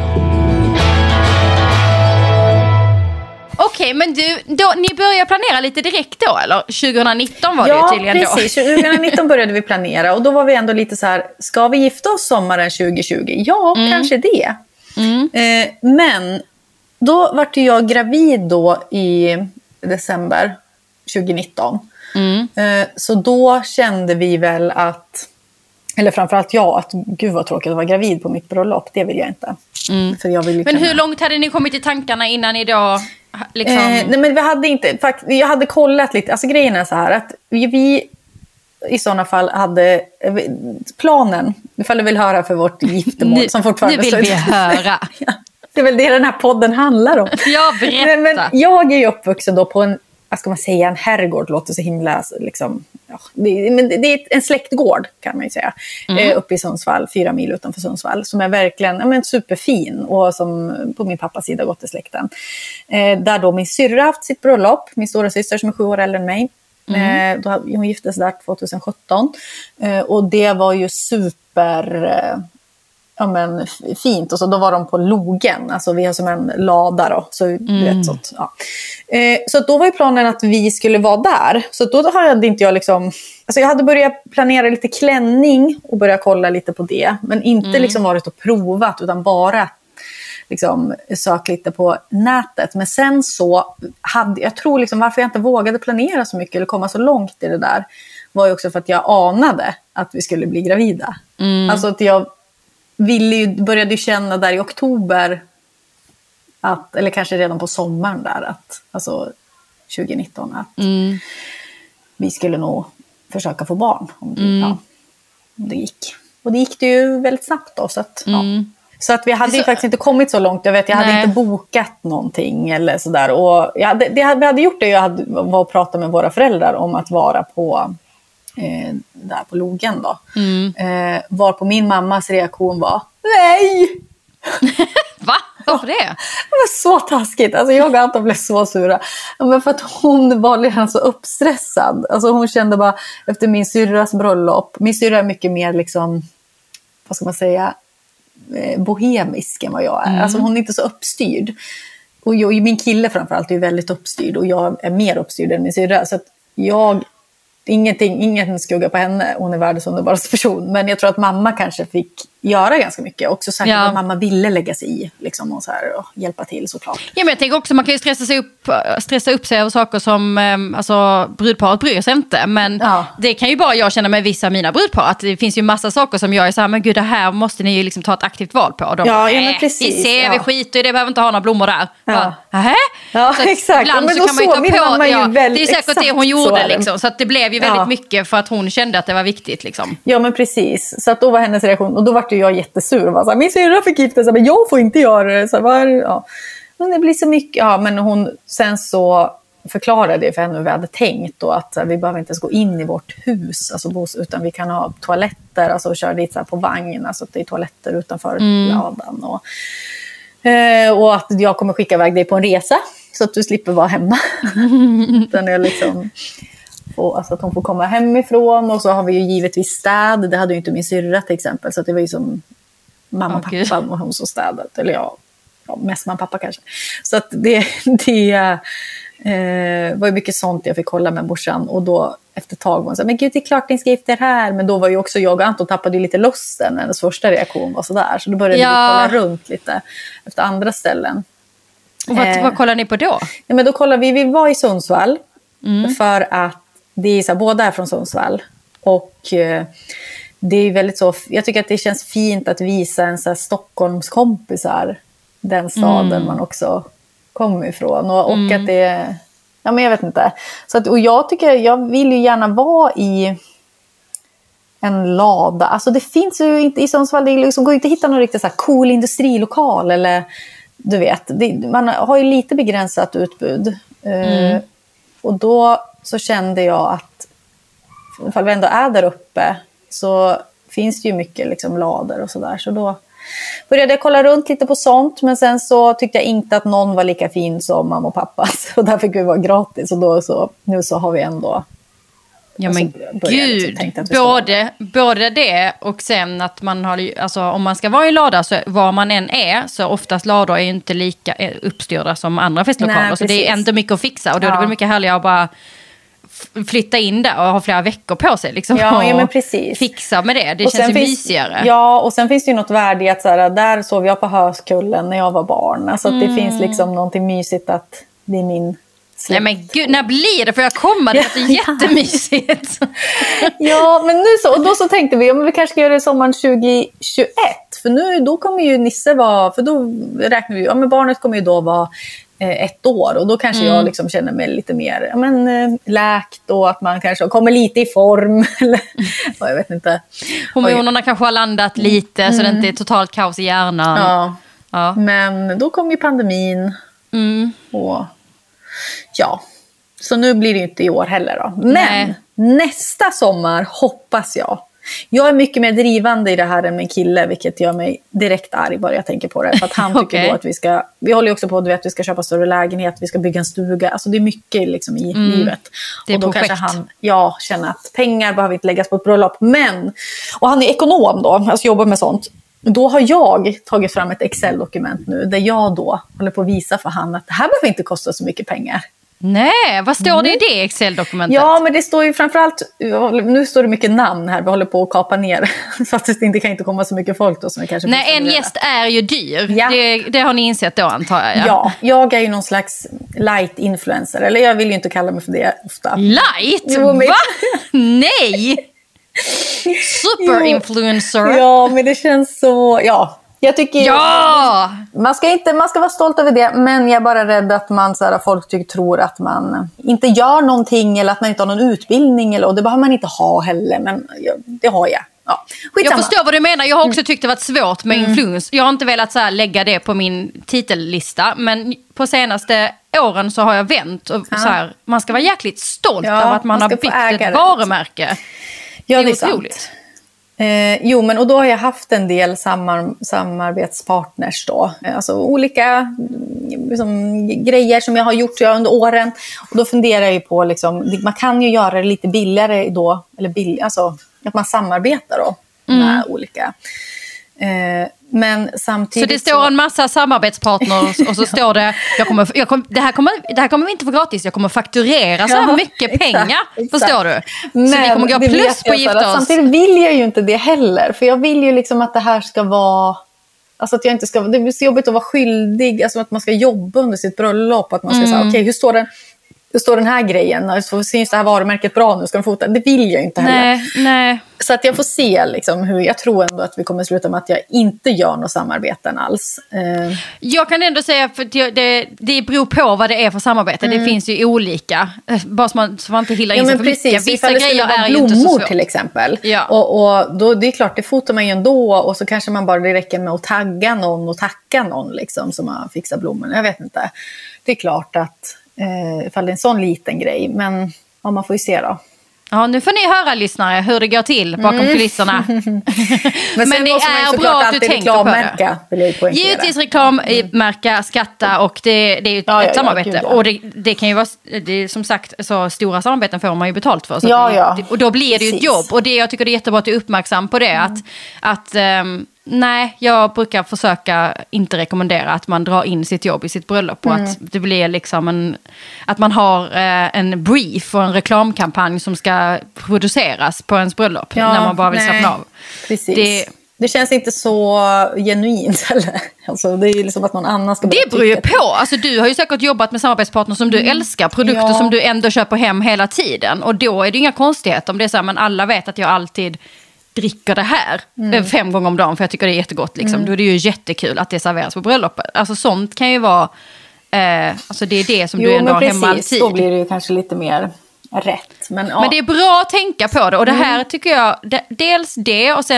Okej, okay, men du, då, ni börjar planera lite direkt då, eller? tjugonitton var det ja, ju tydligen då. Ja, precis. tjugonitton började vi planera och då var vi ändå lite så här, ska vi gifta oss sommaren tjugohundratjugo? Ja, mm. kanske det. Mm. Eh, men då var jag gravid då i december tjugonitton. Mm. Eh, så då kände vi väl att, eller framförallt jag, att gud vad tråkigt att vara gravid på mitt bröllop, det vill jag inte. Mm. För jag vill men kunna... hur långt hade ni kommit i tankarna innan ni då... Liksom... Eh, nej men vi hade inte, fakt, jag hade kollat lite, alltså grejen är så här att vi, vi i sådana fall hade planen, ifall du vill höra för vårt giftermål nu, som fortfarande... Nu vill vi höra. Ja, det är väl det den här podden handlar om. Ja, berätta. Men, men jag är ju uppvuxen då på en, vad ska man säga, en herrgård, låter så himla liksom, ja, det, men det är en släktgård kan man ju säga, mm. eh, uppe i Sundsvall, fyra mil utanför Sundsvall, som är verkligen ja, men superfin och som på min pappas sida gått i släkten. Eh, där då min syrra haft sitt bröllop, min stora syster som är sju år äldre än mig. Mm. Eh, då, hon giftes där tjugosjutton eh, och det var ju super... Eh, ja, men fint. Och så då var de på logen. Alltså vi har som en lada då. Så, mm. du vet, sånt, ja. eh, så då var ju planen att vi skulle vara där. Så då hade inte jag liksom... Alltså jag hade börjat planera lite klänning och börjat kolla lite på det. Men inte mm. liksom varit och provat utan bara liksom sökt lite på nätet. Men sen så hade jag tror liksom varför jag inte vågade planera så mycket eller komma så långt i det där var ju också för att jag anade att vi skulle bli gravida. Mm. Alltså att jag ville ju, började ju känna där i oktober att, eller kanske redan på sommaren där att, alltså tjugonitton att mm. vi skulle nog försöka få barn om det, mm. ja, om det gick. Och det gick det ju väldigt snabbt då så att, mm. ja. Så att vi hade ju så, faktiskt inte kommit så långt. Jag vet, jag nej. hade inte bokat någonting eller sådär. Och jag hade, det vi hade gjort det jag hade, var att prata med våra föräldrar om att vara på eh, där på logen då. Mm. Eh, var på min mammas reaktion var nej! Va? Varför det? Det var så taskigt. Alltså jag och Anton blev så sura. Men för att hon var redan så uppstressad. Alltså hon kände bara efter min syrras bröllop. Min syrra är mycket mer liksom, vad ska man säga, bohemisk än vad jag är. Mm. Alltså hon är inte så uppstyrd. Och jag, min kille framförallt är väldigt uppstyrd. Och jag är mer uppstyrd än min syrra. Så att jag, ingenting, ingen skugga på henne. Hon är världens underbaraste person. Men jag tror att mamma kanske fick göra ganska mycket. Också säkert ja. att mamma ville lägga sig i. Liksom, och, så här, och hjälpa till såklart. Ja, men jag tänker också man kan ju stressa, sig upp, stressa upp sig över saker som alltså, brudparet bryr sig inte. Men ja. det kan ju bara jag känna med vissa av mina brudpar. Att det finns ju massa saker som jag är så här, men gud det här måste ni ju liksom ta ett aktivt val på. Och de, ja, ja, men precis. Vi ser, ja. vi skiter i det, behöver inte ha några blommor där. Ja, bara, ja exakt. Ibland men så kan man ju ta så, på, ja, det är säkert exakt det hon gjorde så, liksom. Så att det blev ju väldigt ja. mycket för att hon kände att det var viktigt liksom. Ja men precis, så att då var hennes reaktion och då var jag jättesur och var så här, min syrra fick gifta sig men jag får inte göra det så här, var, ja. Men det blir så mycket, ja men hon sen så förklarade det för henne hur vi hade tänkt då att här, vi behöver inte ens gå in i vårt hus alltså, utan vi kan ha toaletter alltså och köra dit så här, på vagn alltså att det är toaletter utanför mm. ladan och, eh, och att jag kommer skicka iväg dig på en resa så att du slipper vara hemma. Den är liksom och alltså att hon får komma hemifrån och så har vi ju givetvis städ. Det hade ju inte min syrra till exempel. Så att det var ju som mamma och okay. pappa och hon som städat. Eller ja, ja mest mamma och pappa kanske. Så att det, det eh, var ju mycket sånt jag fick kolla med morsan. Och då efter ett tag var hon så här, men gud det är klart ni ska gifta er här. Men då var ju också jag och Anton tappade ju lite lusten. Hennes första reaktion var sådär. Så då började ja. vi kolla runt lite efter andra ställen. Och vad, eh, vad kollar ni på då? Ja, men då kollar vi, vi var i Sundsvall. Mm. För att det är så här, båda är från Sundsvall och eh, det är väldigt så, jag tycker att det känns fint att visa en så här Stockholmskompisar den staden mm. man också kommer ifrån och, och mm. att det, ja men jag vet inte så att, och jag tycker, jag vill ju gärna vara i en lada, alltså det finns ju inte i Sundsvall, det liksom, går ju inte att hitta någon riktigt så här cool industrilokal eller du vet, det, man har ju lite begränsat utbud mm. och då så kände jag att ifall vi ändå är där uppe så finns det ju mycket liksom lader och sådär. Så då började jag kolla runt lite på sånt. Men sen så tyckte jag inte att någon var lika fin som mamma och pappa. Och där fick vi vara gratis. Och då så, nu så har vi ändå... Ja men gud, både, både det och sen att man har, alltså om man ska vara i lada så var man än är så oftast lador är ju inte lika uppstyrda som andra festlokaler. Nej, så det är ändå mycket att fixa och då ja. är det väl mycket härligare att bara flytta in där och ha flera veckor på sig liksom, ja, ja men precis. Fixa med det, det och känns ju finns, mysigare. Ja, och sen finns det ju något värde i att så här, där sov jag på Höskullen när jag var barn. Alltså att mm. det finns liksom någonting mysigt att det är min släkt. Nej men gud, när blir det? För jag kommer, det är jättemysigt. Ja, men nu så, och då så tänkte vi, ja, men vi kanske ska göra det sommaren tjugohundratjugoett. För nu, då kommer ju Nisse vara, för då räknar vi, ja men barnet kommer ju då vara ett år och då kanske mm. jag liksom känner mig lite mer ja, men, läkt och att man kanske kommer lite i form eller jag vet inte. Hormonerna Oj. kanske har landat lite mm. så det inte är totalt kaos i hjärnan. Ja, ja. Men då kom ju pandemin mm. och ja, så nu blir det ju inte i år heller då. Men Nej. nästa sommar hoppas jag. Jag är mycket mer drivande i det här än min kille, vilket gör mig direkt arg bara jag tänker på det. För att han tycker okay. då att vi ska, vi håller ju också på att vi ska köpa större lägenhet, vi ska bygga en stuga. Alltså det är mycket liksom i mm. livet. Det är och då projekt. kanske han ja, känner att pengar behöver inte läggas på ett bröllop. Men, och han är ekonom då, alltså jobbar med sånt. Då har jag tagit fram ett Excel-dokument nu där jag då håller på att visa för han att det här behöver inte kosta så mycket pengar. Nej, vad står mm. det i det Excel-dokumentet? Ja, men det står ju framförallt, nu står det mycket namn här, vi håller på att kapa ner. Så att det inte kan inte komma så mycket folk då som vi kanske... Nej, en gäst är ju dyr. Ja. Det, det har ni insett då antar jag. Ja. ja, jag är ju någon slags light-influencer. Eller jag vill ju inte kalla mig för det ofta. Light? Jo, men... Va? Nej! Super-influencer. Ja, men det känns så... Ja. Jag tycker ja! man ska inte man ska vara stolt över det, men jag är bara rädd att man så här, folk tycker, tror att man inte gör någonting eller att man inte har någon utbildning eller och det behöver man inte ha heller, men ja, det har jag. Ja. Jag förstår vad du menar. Jag har också tyckt det varit svårt med mm. influens. Jag har inte velat så här, lägga det på min titellista, men på senaste åren så har jag vänt och ja. så här, man ska vara jäkligt stolt ja, över att man, man har byggt ett varumärke. Ja, det är, det är otroligt. Eh, jo, men och då har jag haft en del samar- samarbetspartners då. Alltså olika liksom, grejer som jag har gjort jag under åren. Och då funderar jag ju på, liksom, man kan ju göra det lite billigare då. Eller bill- alltså att man samarbetar då med mm. olika. Eh, men samtidigt så det står så... en massa samarbetspartners och så står det jag kommer, jag kommer, det, här kommer, det här kommer vi inte få gratis, jag kommer fakturera så här ja, mycket exakt, pengar, exakt. Förstår du? Men så vi kommer gå plus på gifta oss. Samtidigt vill jag ju inte det heller, för jag vill ju liksom att det här ska vara, alltså att jag inte ska, det är så jobbigt att vara skyldig, alltså att man ska jobba under sitt bröllop, att man ska mm. säga okej, okay, hur står den Hur står den här grejen? Så syns det här varumärket bra nu? Ska de fota? Det vill jag inte heller. Nej, nej. Så att jag får se liksom hur, jag tror ändå att vi kommer sluta med att jag inte gör något samarbeten alls. Eh. Jag kan ändå säga, för det, det beror på vad det är för samarbete. Mm. Det finns ju olika. Bara så man, så man inte hyllar in sig ja, för precis. mycket. Vissa grejer är ju inte så svårt. Till exempel. Ja. Och, och då, det är klart, det fotar man ju ändå. Och så kanske man bara, det räcker med att tagga någon och tacka någon liksom, som har fixat blommorna. Jag vet inte. Det är klart att Eh, ifall det är en sån liten grej. Men ja, man får ju se då. Ja, nu får ni höra, lyssnare, hur det går till bakom mm. kulisserna. Men, Men det är bra att du tänker på det. Givetvis reklammärka, skatta och det, det är ju ja, ett ja, samarbete. Ja, och det, det kan ju vara, det är, som sagt, så stora samarbeten får man ju betalt för. Så ja, ja. Det, och då blir det ju ett jobb. Och det, jag tycker det är jättebra att du är uppmärksam på det. Mm. Att, att um, nej, jag brukar försöka inte rekommendera att man drar in sitt jobb i sitt bröllop och mm. att det blir liksom en, att man har eh, en brief och en reklamkampanj som ska produceras på ens bröllop ja, när man bara vill nej, slappna av. Precis. Det, det känns inte så genuint heller. Alltså, det är ju liksom att någon annan ska... Det beror ju på. Alltså, du har ju säkert jobbat med samarbetspartners som du mm. älskar. Produkter ja. som du ändå köper hem hela tiden. Och då är det inga konstigheter om det är så här, men alla vet att jag alltid dricker det här mm. fem gånger om dagen för jag tycker det är jättegott. Liksom. Mm. Då är det ju jättekul att det serveras på bröllopet. Alltså sånt kan ju vara... Eh, alltså det är det som jo, du ändå har hemma alltid. Då blir det ju kanske lite mer... rätt. Men, ja. Men det är bra att tänka på det. Och det här mm. tycker jag, det, dels det och sen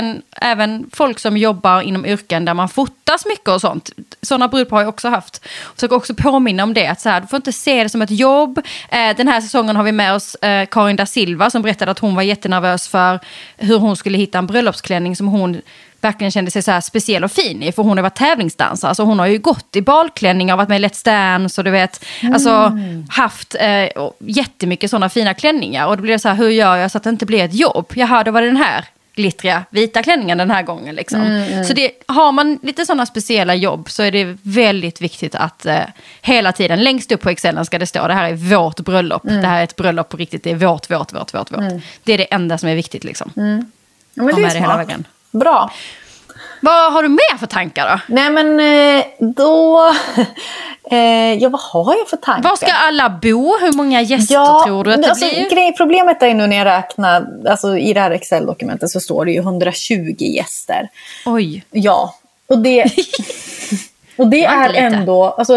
även folk som jobbar inom yrken där man fotas mycket och sånt. Sådana brudpar har jag också haft. Så jag ska också påminna om det, att så här, du får inte se det som ett jobb. Eh, den här säsongen har vi med oss eh, Karin da Silva som berättade att hon var jättenervös för hur hon skulle hitta en bröllopsklänning som hon verkligen kände sig så här speciell och fin i, för hon har varit tävlingsdansare. Alltså hon har ju gått i balklänningar och varit med i Let's Dance och du vet, mm. alltså haft eh, jättemycket sådana fina klänningar. Och då blir det så här, hur gör jag så att det inte blir ett jobb? Jag hörde vad den här glittriga vita klänningen den här gången liksom. Mm, mm. Så det, har man lite sådana speciella jobb så är det väldigt viktigt att eh, hela tiden, längst upp på Excelen ska det stå, det här är vårt bröllop. Mm. Det här är ett bröllop på riktigt, det är vårt, vårt, vårt, vårt, vårt. Mm. Det är det enda som är viktigt liksom. Mm. Ja, men det är smart. Hela vägen. Bra. Vad har du mer för tankar då? Nej men då... Eh, ja, vad har jag för tankar? Var ska alla bo? Hur många gäster ja, tror du att det alltså, blir? Grej, problemet är nu när jag räknar, alltså i det här Excel-dokumentet så står det ju hundratjugo gäster. Oj. Ja, och det, och det är ändå, alltså,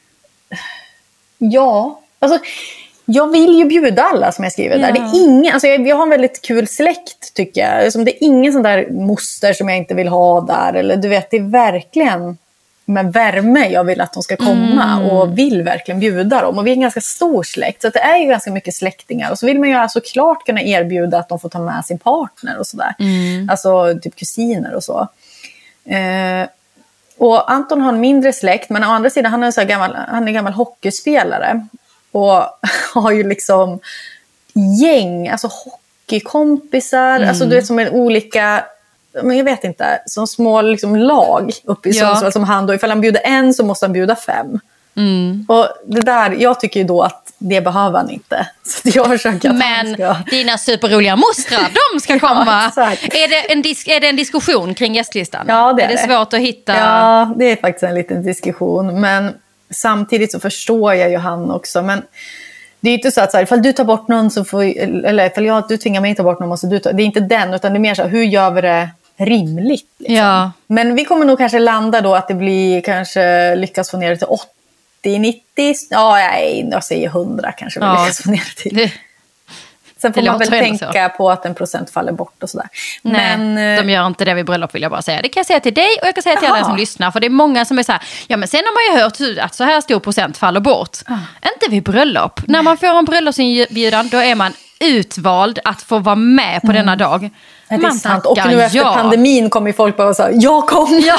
ja, alltså, jag vill ju bjuda alla som jag skriver där. Ja. Det är ingen, alltså jag, jag har en väldigt kul släkt tycker jag. Alltså, det är ingen sån där moster som jag inte vill ha där. Eller du vet, det är verkligen med värme jag vill att de ska komma. Mm. Och vill verkligen bjuda dem. Och vi är en ganska stor släkt. Så att det är ju ganska mycket släktingar. Och så vill man ju alltså klart kunna erbjuda att de får ta med sin partner och sådär. Mm. Alltså typ kusiner och så. Eh, och Anton har en mindre släkt. Men å andra sidan, han är en så här gammal, han är en gammal hockeyspelare. Och har ju liksom gäng, alltså hockeykompisar, mm. alltså du vet som en olika, men jag vet inte, som små liksom lag uppe i ja. Sundsvall som han då, ifall han bjuder en så måste han bjuda fem. Mm. Och det där, jag tycker ju då att det behöver han inte. Så jag försöker att men ska... dina superroliga mostrar, de ska komma. Ja, är, det en dis- är det en diskussion kring gästlistan? Ja, det är, är det. det svårt att hitta? Ja, det är faktiskt en liten diskussion, men samtidigt så förstår jag ju han också. Men det är ju inte så att så här, ifall du tar bort någon så får, eller ifall jag, du tvingar mig ta bort någon måste du ta. Det är inte den, utan det är mer så här, hur gör vi det rimligt? Liksom. Ja. Men vi kommer nog kanske landa då att det blir, kanske lyckas få ner det till åttio nittio. Ja, nej, jag säger hundra kanske vi ja. lyckas få ner det till. Det. Sen får det man väl tänka så. På att en procent faller bort och sådär. Nej, men, de gör inte det vid bröllop vill jag bara säga. Det kan jag säga till dig och jag kan säga till aha. alla som lyssnar. För det är många som är så här, ja men sen har man ju hört att så här stor procent faller bort. Ah. Inte vid bröllop. Nej. När man får en bröllopsinbjudan då är man utvald att få vara med på mm. denna dag. Ja, det är sant. Och nu efter ja. pandemin kommer ju folk bara och säga, jag kommer. Ja.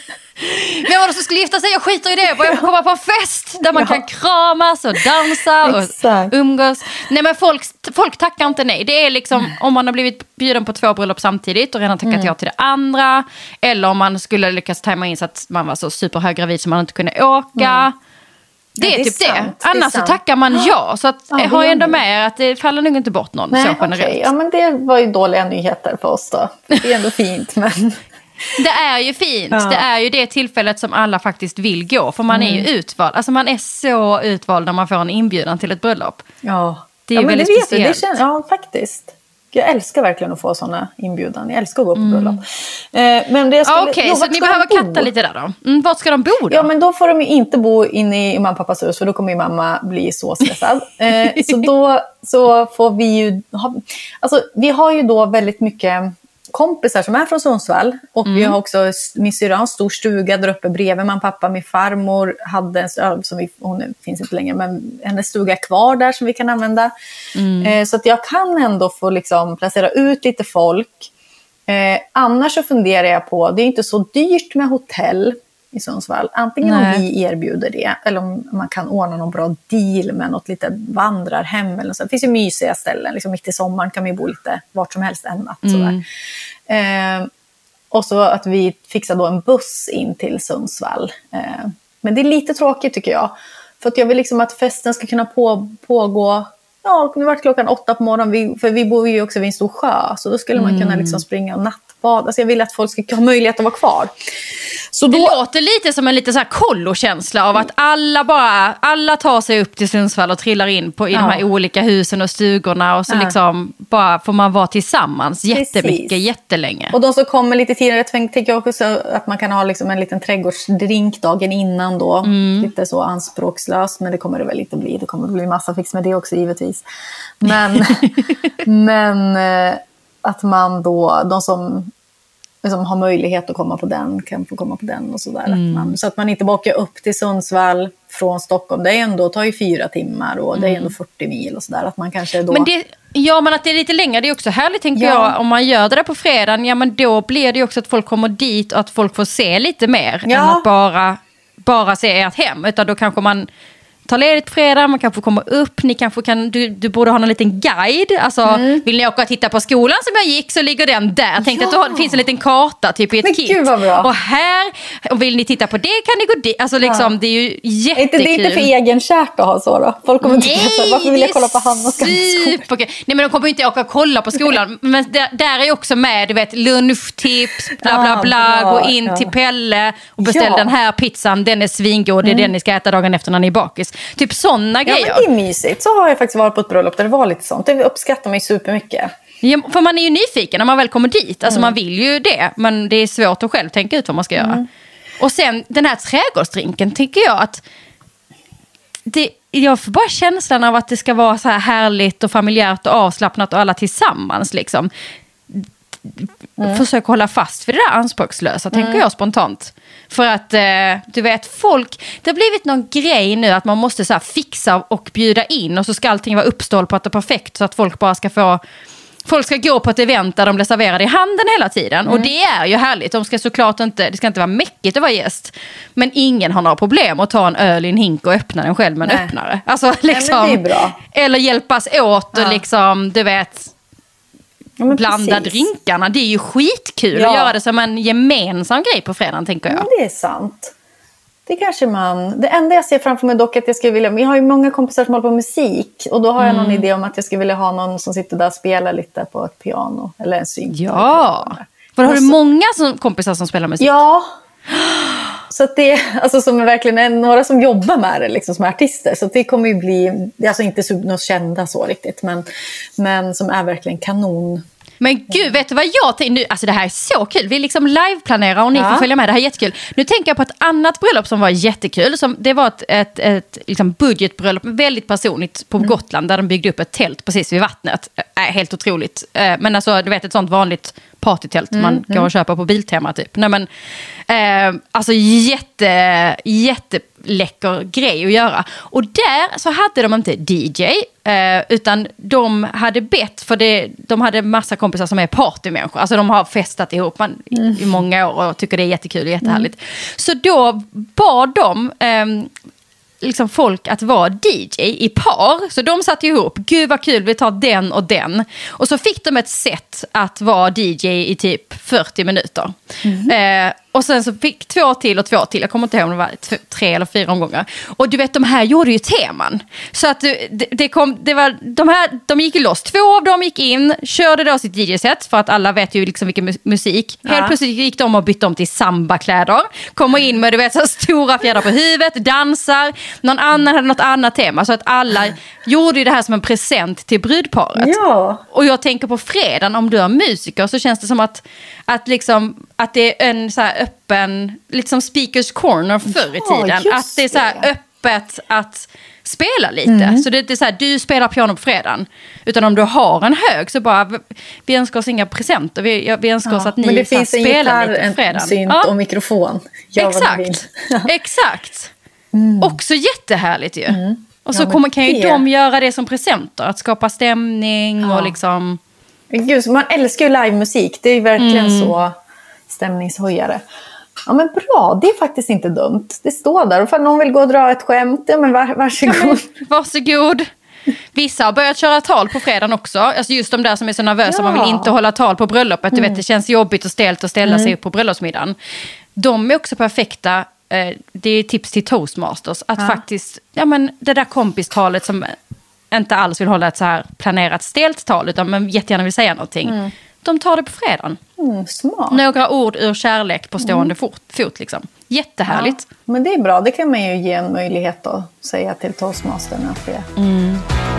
Men vad som skulle gifta sig, jag skiter i det. Bara jag får komma på en fest där man ja. kan kramas och dansa och exakt. umgås. Nej men folk, folk tackar inte nej. Det är liksom om man har blivit bjuden på två bröllop samtidigt och redan tackat mm. ja till det andra. Eller om man skulle lyckas tajma in så att man var så superhöggravid så man inte kunde åka. Mm. Det är, ja, det är typ sant. det. Annars det så tackar man ja. Så att ja, jag har ändå med att det faller nog inte bort någon. Nej, så generellt. Okay. Ja men det var ju dåliga nyheter för oss då. Det är ändå fint men... Det är ju fint. Ja. Det är ju det tillfället som alla faktiskt vill gå. För man mm. är ju utvald. Alltså man är så utvald när man får en inbjudan till ett bröllop. Ja, det är ja, väldigt det vet speciellt. Det känns, ja, faktiskt. Jag älskar verkligen att få sådana inbjudan. Jag älskar att gå på bröllop. Mm. Eh, men det jag skulle, Okej, okay, så ni behöver bo? katta lite där då. Mm, vart ska de bo då? Ja, men då får de ju inte bo inne i mamma och pappas hus. För då kommer ju mamma bli så stressad. eh, så då så får vi ju... Ha, alltså, vi har ju då väldigt mycket... kompisar som är från Sundsvall och mm. vi har också min syrra har en stor stuga där uppe bredvid man pappa. Min farmor hade en som vi, hon finns inte längre men hennes stuga är kvar där som vi kan använda mm. eh, så att jag kan ändå få liksom placera ut lite folk eh, annars så funderar jag på, det är inte så dyrt med hotell i Sundsvall, antingen Nej. om vi erbjuder det eller om man kan ordna någon bra deal med något litet vandrarhem eller så. Det finns ju mysiga ställen, liksom mitt i sommaren kan vi bo lite vart som helst en natt. Mm. Sådär. Eh, och så att vi fixar då en buss in till Sundsvall. Eh, men det är lite tråkigt tycker jag. För att jag vill liksom att festen ska kunna på, pågå, ja det var klockan åtta på morgonen, vi, för vi bor ju också vid en stor sjö. Så då skulle man kunna liksom springa och nattbada. Alltså jag vill att folk ska ha möjlighet att vara kvar. Så då... Det låter lite som en lite så här kollokänsla av att alla bara alla tar sig upp till Sundsvall och trillar in på, i ja. de här olika husen och stugorna och så ja. liksom bara får man vara tillsammans jättemycket, Precis. jättelänge. Och de som kommer lite tidigare tänker jag också att man kan ha liksom en liten trädgårdsdrink dagen innan då. Mm. Lite så anspråkslöst, men det kommer det väl inte bli. Det kommer att bli massa fix med det också givetvis. Men, men att man då, de som liksom, har möjlighet att komma på den kan få komma på den och sådär. Mm. Att man, så att man inte bara åker upp till Sundsvall från Stockholm. Det är ändå, tar ju fyra timmar och mm. det är ändå fyrtio mil och sådär. Att man kanske då... Men det, ja, men att det är lite längre, det är också härligt tänker ja. jag. Om man gör det där på fredagen, ja men då blir det ju också att folk kommer dit och att folk får se lite mer ja. än att bara, bara se ert hem. Utan då kanske man... Ta ledigt fredag, man kan få komma upp, ni kanske kan, du, du borde ha en liten guide, alltså mm. vill ni åka och titta på skolan som jag gick så ligger den där. Tänk ja. att har, det finns en liten karta typ i ett men kit. Gud vad bra. Och här, och vill ni titta på det kan ni gå dit, alltså liksom ja. det är ju jättekul. Är inte det inte för egen kärt att ha så då? Folk kommer inte säga, varför vill jag kolla på han och ska super. Nej men de kommer inte åka och kolla på skolan, men där, där är också med, du vet, lunchtips, bla bla bla, ja, gå in ja. till Pelle och beställ ja. den här pizzan, den är svingod, det är mm. den ni ska äta dagen efter när ni är bakis. Typ sådana ja, grejer. Ja, men det är mysigt. Så har jag faktiskt varit på ett bröllop där det var lite sånt. Det uppskattar man ju supermycket. Ja, för man är ju nyfiken när man väl kommer dit. Alltså mm. man vill ju det. Men det är svårt att själv tänka ut vad man ska göra. Mm. Och sen den här trädgårdsdrinken tycker jag att... Det, jag får bara känslan av att det ska vara så här härligt och familjärt och avslappnat och alla tillsammans liksom. Mm. Försök hålla fast vid det där anspråkslösa, mm. tänker jag spontant. För att, eh, du vet, folk... Det har blivit någon grej nu att man måste så här fixa och bjuda in och så ska allting vara uppstålpat och perfekt så att folk bara ska få... Folk ska gå på ett event där de blir serverade i handen hela tiden. Mm. Och det är ju härligt. De ska såklart inte... Det ska inte vara mäckigt att vara gäst. Men ingen har några problem att ta en öl i en hink och öppna den själv med en Nej. öppnare. Alltså liksom... Nej, men det är bra. Eller hjälpas åt ja. och liksom, du vet... Ja, blanda precis. drinkarna. Det är ju skitkul ja. att göra det som en gemensam grej på fredagen, tänker jag. Ja, det är sant. Det kanske man... Det enda jag ser framför mig dock att jag skulle vilja... Vi har ju många kompisar som håller på med musik. Och då har jag någon mm. idé om att jag skulle vilja ha någon som sitter där och spelar lite på ett piano. Eller en synt. Ja. För har du många som, kompisar som spelar musik? Ja. Så att det alltså som är verkligen är några som jobbar med det liksom, som är artister. Så det kommer ju bli, alltså inte så något kända så riktigt, men, men som är verkligen kanon. Men gud, vet du vad jag tänkte nu? Alltså det här är så kul. Vi liksom liveplanerar och ni ja. får följa med. Det här är jättekul. Nu tänker jag på ett annat bröllop som var jättekul. Som, det var ett, ett, ett liksom budgetbröllop, väldigt personligt på mm. Gotland. Där de byggde upp ett tält precis vid vattnet. Äh, helt otroligt. Äh, men alltså, du vet, ett sånt vanligt partytält mm. man går och köpa på Biltema typ. Nej, men, äh, alltså jätte, jätteläcker grej att göra. Och där så hade de inte D J. Eh, utan de hade bett, för det, de hade massa kompisar som är partymänniskor. Alltså de har festat ihop man, mm. i, i många år och tycker det är jättekul och jättehärligt. Mm. Så då bad de eh, liksom folk att vara D J i par. Så de satt ihop, gud vad kul, vi tar den och den. Och så fick de ett set att vara D J i typ fyrtio minuter. Mm. Eh, och sen så fick två till och två till. Jag kommer inte ihåg om det var t- tre eller fyra omgångar. Och du vet, de här gjorde ju teman. Så att det, det kom, det var, de här, de gick ju loss. Två av dem gick in, körde då sitt D J-set. För att alla vet ju liksom vilken musik. Ja. Helt plötsligt gick de och bytte om till samba-kläder. Kommer in med, du vet, så stora fjädrar på huvudet, dansar. Någon annan hade något annat tema. Så att alla gjorde ju det här som en present till brudparet. Ja. Och jag tänker på fredagen, om du är musiker, så känns det som att, att, liksom, att det är en så här öppen, lite som Speakers Corner förr i tiden. Ja, att det är så här öppet att spela lite. Mm. Så det, det är så här, du spelar piano på fredagen. Utan om du har en hög så bara, vi önskar oss inga presenter. Vi, vi önskar ja, oss att ni men det finns spelar lite på fredagen. En synt ja. och mikrofon. Gör exakt, exakt. Mm. Också jättehärligt ju. Mm. Och så ja, kommer, kan ju det... de göra det som presenter. Att skapa stämning ja. och liksom... Gud, man älskar ju livemusik. Det är ju verkligen mm. så stämningshöjare. Ja, men bra. Det är faktiskt inte dumt. Det står där. Och för någon vill gå och dra ett skämt, ja men var, varsågod. Ja, men, varsågod. Vissa har börjat köra tal på fredagen också. Alltså just de där som är så nervösa. Ja. Man vill inte hålla tal på bröllopet. Mm. Du vet, det känns jobbigt och stelt att ställa mm. sig upp på bröllopsmiddagen. De är också perfekta. Det är tips till Toastmasters. Att ja. faktiskt, ja men det där kompistalet som inte alls vill hålla ett så här planerat stelt tal, utan men jättegärna vill säga någonting. Mm. De tar det på fredagen. Mm, smart. Några ord ur kärlek på stående mm. fot, fot liksom. Jättehärligt. Ja, men det är bra. Det kan man ju ge en möjlighet att säga till Toastmastern att det... Mm.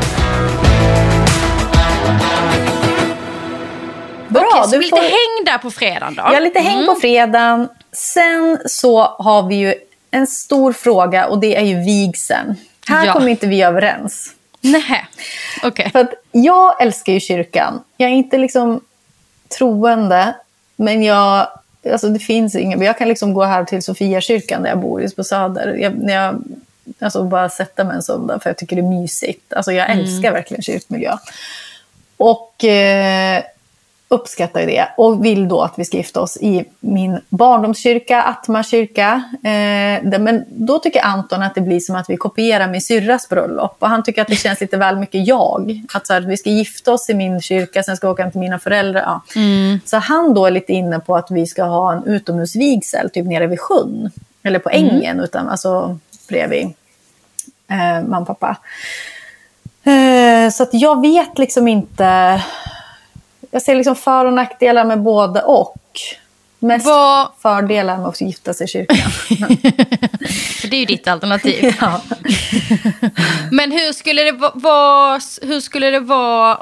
Bra, okej, så du lite får... häng där på fredagen då. Ja, lite häng mm. på fredagen. Sen så har vi ju en stor fråga och det är ju vigseln. Här ja. kommer inte vi överens. Nej, okej. Okay. För att jag älskar ju kyrkan. Jag är inte liksom troende. men jag, alltså det finns ingen, jag kan liksom gå här till Sofiakyrkan där jag bor på Söder. Jag, när jag alltså bara sätta mig en söndag för jag tycker det är mysigt. Alltså jag älskar mm. verkligen kyrkmiljö. Och eh, uppskattar ju det. Och vill då att vi ska gifta oss i min barndomskyrka, Atma kyrka. Eh, men då tycker Anton att det blir som att vi kopierar min syrras bröllop. Och han tycker att det känns lite väl mycket jag. Att så här, vi ska gifta oss i min kyrka, sen ska vi åka till mina föräldrar. Ja. Mm. Så han då är lite inne på att vi ska ha en utomhusvigsel typ nere vid sjön. Eller på ängen, mm. utan alltså bredvid eh, mamma och pappa. Eh, så att jag vet liksom inte... Jag ser liksom för- och nackdelar med både och. Mest Vad... fördelar med att gifta sig i kyrkan. För det är ju ditt alternativ. Ja. Men hur skulle det vara, hur skulle det vara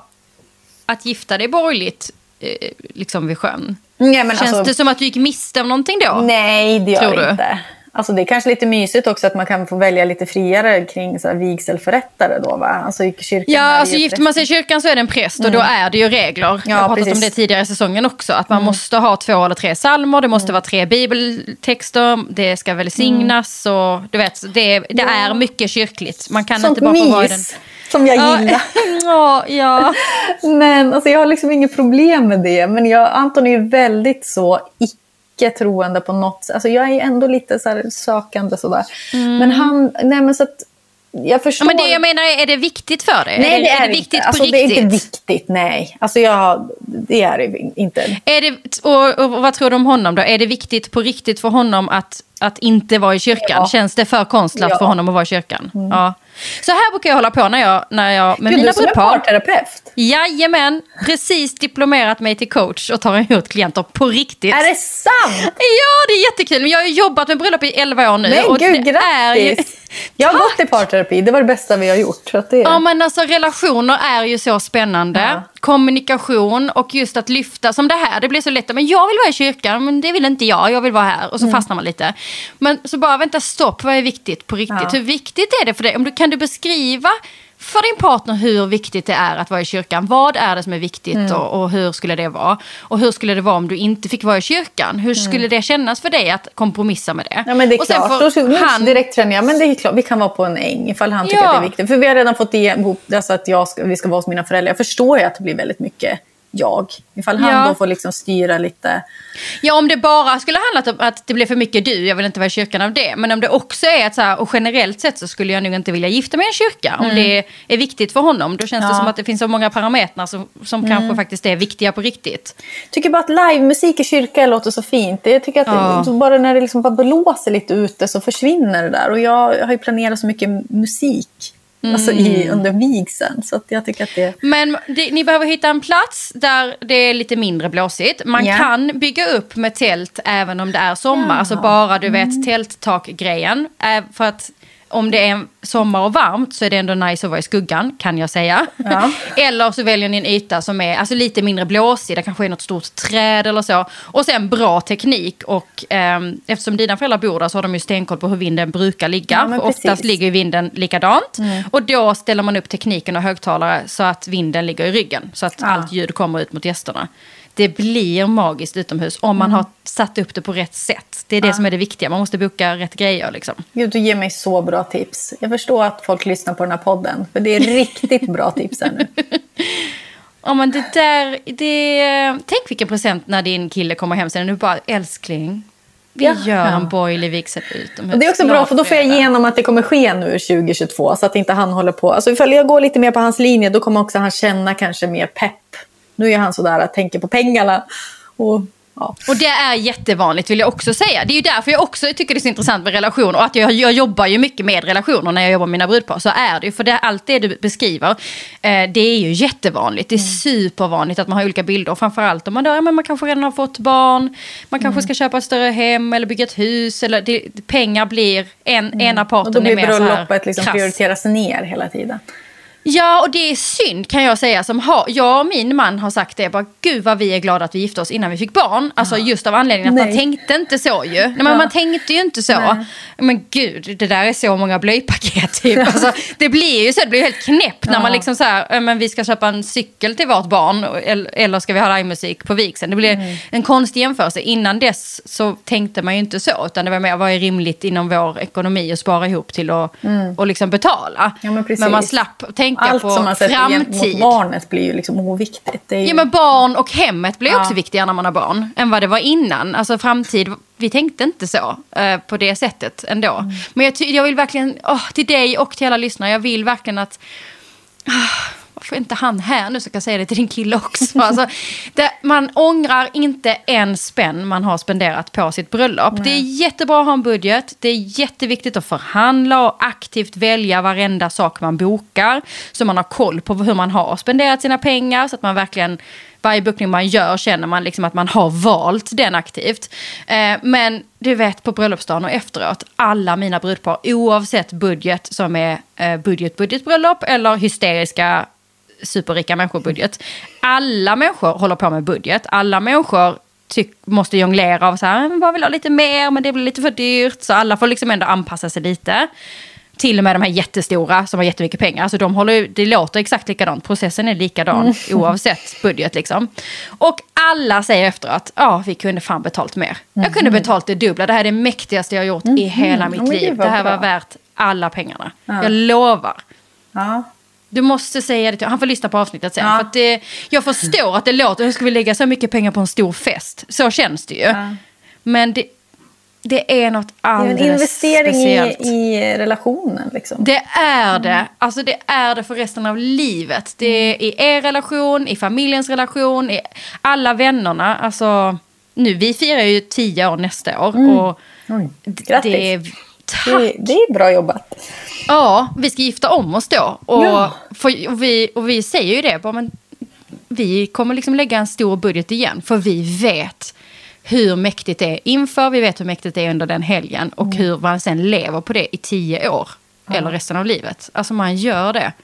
att gifta dig borgerligt eh, liksom vid sjön? Nej, men Känns alltså... det som att du gick miste om någonting då? Nej, det gör det inte. Alltså det är kanske lite mysigt också att man kan få välja lite friare kring så här vigselförrättare då, va? Alltså i kyrkan. Ja, alltså gifter man sig i kyrkan så är det en präst och mm. då är det ju regler. Ja, jag har pratat precis. om det tidigare i säsongen också. Att man mm. måste ha två eller tre salmer, det måste mm. vara tre bibeltexter, det ska välsignas mm. och du vet, det, det ja. är mycket kyrkligt. Man kan Sånt inte bara få vara i den... som jag gillar. Ja, ja. Men alltså jag har liksom inget problem med det. Men jag, Anton är ju väldigt så icke troende på något sätt. Alltså jag är ändå lite så här sökande sådär. Mm. Men han, nej men så att jag förstår. Ja, men det jag menar, är det viktigt för dig? Nej, är det, det är, är det viktigt inte. på alltså, riktigt? Det är inte viktigt, nej. Alltså jag, det är det inte. Är det, och, och vad tror du om honom då? Är det viktigt på riktigt för honom att, att inte vara i kyrkan? Ja. Känns det för konstlat ja. för honom att vara i kyrkan? Mm. Ja. Så här brukar jag hålla på när jag, när jag med Gud, mina du som är parterapeut? Jajamän, precis diplomerat mig till coach och tar emot klienter på riktigt. Är det sant? Ja, det är jättekul. Men jag har ju jobbat med bröllop i elva år nu. Men och gud, det grattis! Är ju... Jag har gått i parterapi, det var det bästa vi har gjort. Så att det är... Ja, men alltså relationer är ju så spännande. Ja. Kommunikation och just att lyfta som det här. Det blir så lätt, men jag vill vara i kyrkan, men det vill inte jag, jag vill vara här. Och så mm. fastnar man lite. Men så bara vänta, stopp, vad är viktigt på riktigt? Ja. Hur viktigt är det för dig? Om du, kan du beskriva för din partner hur viktigt det är att vara i kyrkan? Vad är det som är viktigt mm. och, och hur skulle det vara? Och hur skulle det vara om du inte fick vara i kyrkan? Hur skulle mm. det kännas för dig att kompromissa med det? Ja, men det är och klart. Då skulle han direkt känna, ja, men det är klart, vi kan vara på en äng ifall han tycker ja. att det är viktigt. För vi har redan fått det ihop, alltså att jag ska, vi ska vara hos mina föräldrar. Jag förstår ju att det blir väldigt mycket jag. Ifall han ja. då får liksom styra lite. Ja, om det bara skulle handla om att det blir för mycket du, jag vill inte vara i kyrkan av det. Men om det också är att så här, och generellt sett så skulle jag nog inte vilja gifta mig i en kyrka. Mm. Om det är viktigt för honom, då känns ja. det som att det finns så många parametrar som, som mm. kanske faktiskt är viktiga på riktigt. Jag tycker bara att livemusik i kyrka låter så fint. Jag tycker att ja. det, bara när det liksom bara blåser lite ute så försvinner det där. Och jag har ju planerat så mycket musik. Mm. Alltså i, under vigseln. Så att jag tycker att det... Men det, ni behöver hitta en plats där det är lite mindre blåsigt. Man yeah. kan bygga upp med tält även om det är sommar. Yeah. Alltså bara du vet mm. tälttakgrejen. För att om det är sommar och varmt så är det ändå nice att vara i skuggan, kan jag säga. Ja. Eller så väljer ni en yta som är alltså, lite mindre blåsig. Det kanske är något stort träd eller så. Och sen bra teknik. Och eh, eftersom dina föräldrar bor där så har de ju stenkoll på hur vinden brukar ligga. Ja, oftast ligger ju vinden likadant. Mm. Och då ställer man upp tekniken och högtalare så att vinden ligger i ryggen. Så att ja. allt ljud kommer ut mot gästerna. Det blir magiskt utomhus om man mm. har satt upp det på rätt sätt. Det är det ja. som är det viktiga. Man måste boka rätt grejer. Liksom. Gud, du ger mig så bra tips. Jag förstår att folk lyssnar på den här podden. För det är riktigt bra tips här nu. Ja, men det där... Det, tänk vilken present när din kille kommer hem sen. Nu bara, älskling, vi ja. gör en borgerlig vigsel utomhus. Och det är också bra, för då får jag igenom att det kommer ske nu tjugo tjugotvå. Så att inte han håller på... Alltså ifall jag går lite mer på hans linje, då kommer också han känna kanske mer pepp. Nu är han sådär att tänka på pengarna. Och, ja. och det är jättevanligt, vill jag också säga. Det är ju därför jag också tycker det är så intressant med relationer. Och att jag, jag jobbar ju mycket med relationer när jag jobbar med mina brudpar. Så är det ju, för det, allt det du beskriver, eh, det är ju jättevanligt. Det är mm. supervanligt att man har olika bilder. Och framförallt om man, då, ja, men man kanske redan har fått barn. Man kanske mm. ska köpa ett större hem eller bygga ett hus. Eller det, pengar blir en, mm. ena parten. Och då blir är mer bröllopet liksom prioriteras ner hela tiden. Ja, och det är synd kan jag säga. Som har, jag och min man har sagt det. Bara, gud vad vi är glada att vi gifte oss innan vi fick barn. Alltså just av anledningen att Nej. man tänkte inte så ju. Nej, men ja. Man tänkte ju inte så. Nej. Men gud, det där är så många blöjpaket typ. Ja. Alltså, det blir ju så, det blir helt knäppt när ja. man liksom så här, men vi ska köpa en cykel till vårt barn. Eller ska vi ha livemusik på vigseln. Det blir mm. en konstig jämförelse. Innan dess så tänkte man ju inte så. Utan det var mer, vad är rimligt inom vår ekonomi att spara ihop till att mm. och liksom betala. Ja, men, men man slapp tänka allt på som man sätter framtid. Mot barnet blir ju liksom oviktigt. Det är ju... Ja, men barn och hemmet blir ja. också viktigare när man har barn än vad det var innan. Alltså framtid, vi tänkte inte så eh, på det sättet ändå. Mm. Men jag, jag vill verkligen, oh, till dig och till alla lyssnare, jag vill verkligen att... Oh, varför är inte han här nu så kan jag säga det till din kille också. Alltså, det, man ångrar inte en spänn man har spenderat på sitt bröllop. Nej. Det är jättebra att ha en budget. Det är jätteviktigt att förhandla och aktivt välja varenda sak man bokar. Så man har koll på hur man har spenderat sina pengar. Så att man verkligen, varje bokning man gör känner man liksom att man har valt den aktivt. Eh, men du vet, på bröllopsdagen och efteråt, alla mina brudpar, oavsett budget som är eh, budget, budgetbröllop eller hysteriska superrika människor-budget. Alla människor håller på med budget. Alla människor tyck, måste jonglera av så här, vad vill ha lite mer men det blir lite för dyrt. Så alla får liksom ändå anpassa sig lite. Till och med de här jättestora som har jättemycket pengar. Alltså de håller, det låter exakt likadant. Processen är likadan mm. oavsett budget liksom. Och alla säger efteråt, ja vi kunde fan betalt mer. Mm. Jag kunde betalt det dubbla. Det här är det mäktigaste jag har gjort mm. i hela mitt mm. liv. Det här var värt alla pengarna. Ja. Jag lovar. Ja. Du måste säga det till, han får lyssna på avsnittet sen. Ja. För att det, jag förstår att det låter, hur ska vi lägga så mycket pengar på en stor fest? Så känns det ju. Ja. Men det, det är något alldeles speciellt. Det är en investering i, i relationen. Liksom. Det är det. Mm. Alltså det är det för resten av livet. Det är i er relation, i familjens relation, i alla vännerna. Alltså, nu, vi firar ju tio år nästa år. Mm. Och Oj. Grattis. Det, det, det är bra jobbat. Ja, vi ska gifta om oss då. Och, ja. för, och, vi, och vi säger ju det. Bara, men vi kommer liksom lägga en stor budget igen. För vi vet hur mäktigt det är inför. Vi vet hur mäktigt det är under den helgen. Och mm. hur man sen lever på det i tio år. Mm. Eller resten av livet. Alltså man gör det.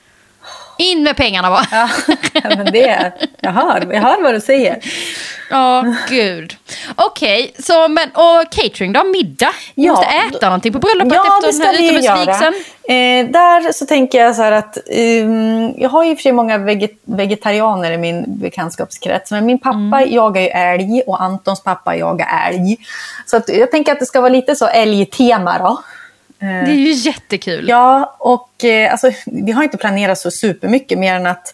In med pengarna bara. Ja, men det är, jag hör, jag hör vad du säger. Ja, oh, gud. Okej, okay, så men och catering då, middag. Du ja, måste äta någonting på bröllopet ja, efter den här utomhusvigseln. Eh, där så tänker jag så här att um, jag har ju för sig många veget- vegetarianer i min bekantskapskrets. Men min pappa mm. jagar ju älg och Antons pappa jagar älg. Så att jag tänker att det ska vara lite så älgtema då. Det är ju jättekul. Ja, och eh, alltså, vi har inte planerat så supermycket mer än att,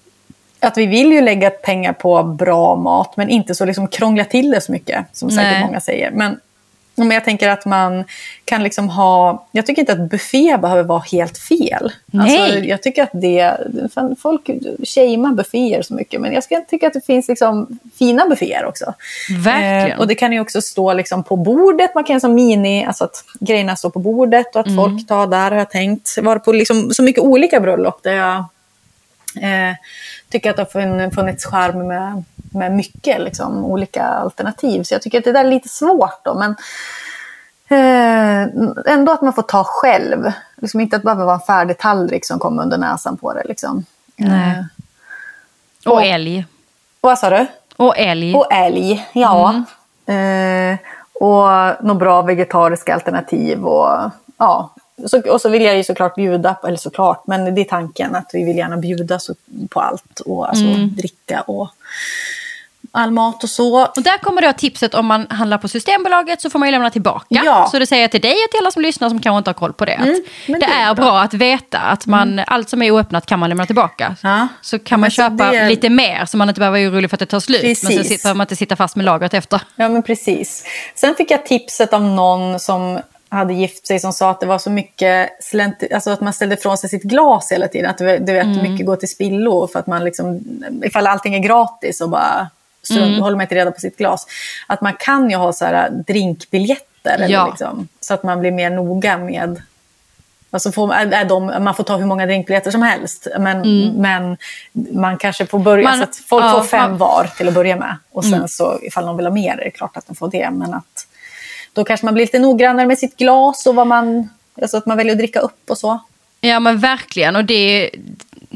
att vi vill ju lägga pengar på bra mat men inte så liksom krångla till det så mycket som säkert Nej. många säger. Men, men jag tänker att man kan liksom ha, jag tycker inte att buffé behöver vara helt fel. Nej. Alltså, jag tycker att det, folk shamear bufféer så mycket men jag ska tycka att det finns liksom fina bufféer också. Verkligen. Eh, och det kan ju också stå liksom på bordet, man kan som mini, alltså att grejerna står på bordet och att mm. folk tar där har jag tänkt. Jag var på liksom så mycket olika bröllop där jag eh, tycker att det har funnits charm med, med mycket liksom, olika alternativ. Så jag tycker att det där är lite svårt då, men eh, ändå att man får ta själv. Liksom inte att det behöver vara en färdig tallrik som kommer under näsan på det. Liksom. Nej. Eh, och, och älg. Och vad sa du? Och älg. Och älg, ja. Mm. Eh, och några bra vegetariska alternativ. Och, ja. så, och så vill jag ju såklart bjuda, eller såklart, men det är tanken att vi vill gärna bjuda så, på allt. Och alltså mm. dricka och all mat och så. Och där kommer då tipset om man handlar på Systembolaget så får man ju lämna tillbaka. Ja. Så det säger jag till dig och till alla som lyssnar som kanske inte har koll på det. Mm, det, det är bra. bra att veta att man, mm. allt som är oöppnat kan man lämna tillbaka. Ja. Så kan man men köpa det... lite mer så man inte behöver vara orolig för att det tar slut. Precis. Men så behöver man inte sitta fast med lagret efter. Ja men precis. Sen fick jag tipset om någon som hade gift sig som sa att det var så mycket slänt, alltså att man ställde ifrån sig sitt glas hela tiden. Att du vet mm. mycket går till spillo för att man liksom, ifall allting är gratis och bara så mm. håller man inte reda på sitt glas. Att man kan ju ha så här drinkbiljetter. Ja. Eller liksom, så att man blir mer noga med... Alltså får, är de, man får ta hur många drinkbiljetter som helst. Men, mm. men man kanske får börja... Man, så att folk ja, får fem man, var till att börja med. Och sen mm. så ifall de vill ha mer är det klart att de får det. Men att då kanske man blir lite noggrannare med sitt glas. Och vad man, alltså att man väljer att dricka upp och så. Ja men verkligen. Och det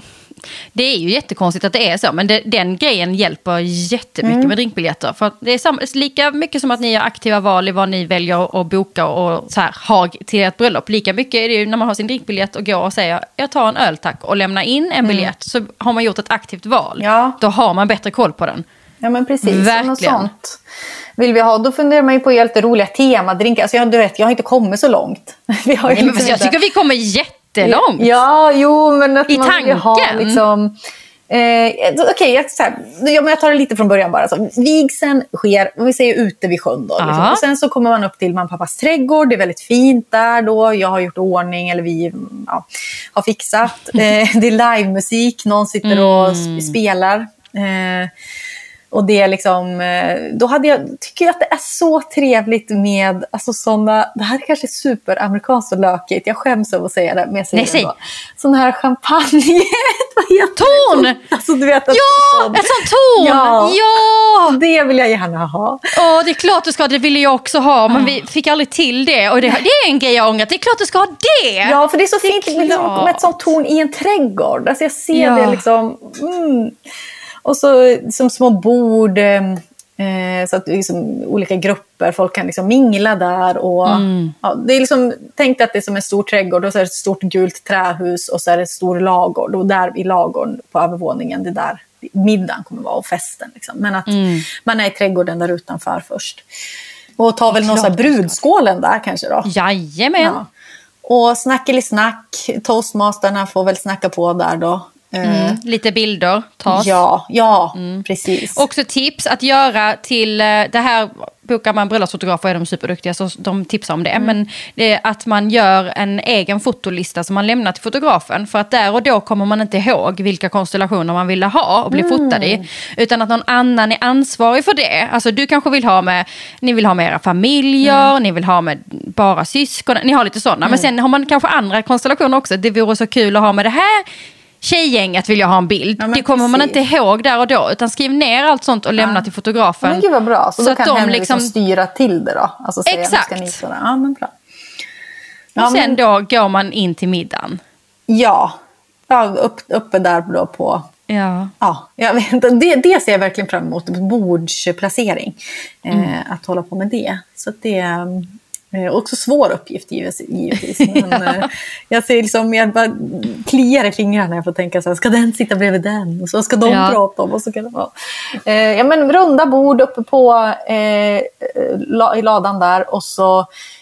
Det är ju jättekonstigt att det är så, men det, den grejen hjälper jättemycket mm. med drinkbiljetter. För det är sam- lika mycket som att ni gör aktiva val i vad ni väljer att boka och så här, ha till ett bröllop. Lika mycket är det ju när man har sin drinkbiljett och går och säger jag tar en öl tack och lämnar in en biljett mm. så har man gjort ett aktivt val. Ja. Då har man bättre koll på den. Ja men precis, verkligen. Något sånt vill vi ha. Då funderar man ju på helt roliga temadrinkar. Alltså jag, du vet, jag har inte kommit så långt. vi har Nej, men jag tycker vi kommer jättelångt. Ja, jo, men att I man tanken. Vill ha liksom... Eh, Okej, okay, jag, jag, jag tar det lite från början bara. Så, vigseln sker, vi säger ute vid sjön då. Liksom. Och sen så kommer man upp till mamma och pappas trädgård. Det är väldigt fint där då. Jag har gjort ordning, eller vi ja, har fixat. Eh, det är livemusik, någon sitter och mm. spelar. Eh, Och det är liksom, då hade jag, tycker jag att det är så trevligt med alltså sådana, det här är kanske superamerikanskt och lökigt, jag skäms över att säga det, men jag säger det då. Sån här champagne, vad heter Torn! det? Alltså, du vet, ja, ett sånt torn! Ja, ja! Det vill jag gärna ha. Ja, det är klart du ska, det ville jag också ha, men vi fick aldrig till det. Och det, det är en grej jag ångrar, det är klart du ska ha det! Ja, för det är så det är fint med, med ett sånt torn i en trädgård. Alltså jag ser ja. det liksom... Mm. Och så som små bord, eh, så att liksom, olika grupper, folk kan liksom mingla där. Och, mm. ja, det är liksom, tänk att det är som en stor trädgård och så är det ett stort gult trähus och så är det en stor lagård. Och där i lagården på övervåningen, det där middagen kommer vara och festen. Liksom. Men att mm. man är i trädgården där utanför först. Och tar väl någon sån här brudskålen där kanske då. Jajamän. Ja. Och snackeli-snack, toastmasterna får väl snacka på där då. Mm, lite bilder tas. Ja, ja mm. precis. Också tips att göra till, det här bokar man bröllopsfotografer, är de superduktiga så de tipsar om det. Mm. Men det är att man gör en egen fotolista som man lämnar till fotografen. För att där och då kommer man inte ihåg vilka konstellationer man ville ha och bli mm. fotad i. Utan att någon annan är ansvarig för det. Alltså du kanske vill ha med, ni vill ha med era familjer, mm. ni vill ha med bara syskon, ni har lite sådana. Mm. Men sen har man kanske andra konstellationer också. Det vore så kul att ha med det här tjejgänget vill jag ha en bild. Ja, det kommer precis. Man inte ihåg där och då. Utan skriv ner allt sånt och lämna ja. till fotografen. Men gud vad bra. Så, så då kan de liksom styra till det då. Alltså säga, exakt. Ska ni sådär. Ja, men bra. Ja, och sen men... då går man in till middagen. Ja. Ja, upp, uppe där då på... Ja. Ja, jag vet inte. Det, det ser jag verkligen fram emot. Bordsplacering. Mm. Eh, att hålla på med det. Så att det... Eh, också svår uppgift givetvis. Men, eh, jag ser liksom, jag bara kliar i fingrarna när jag får tänka så här, ska den sitta bredvid den? Och så ska de ja. prata om. Och så kan det vara. Eh, ja, men runda bord uppe på eh, la, i ladan där. Och så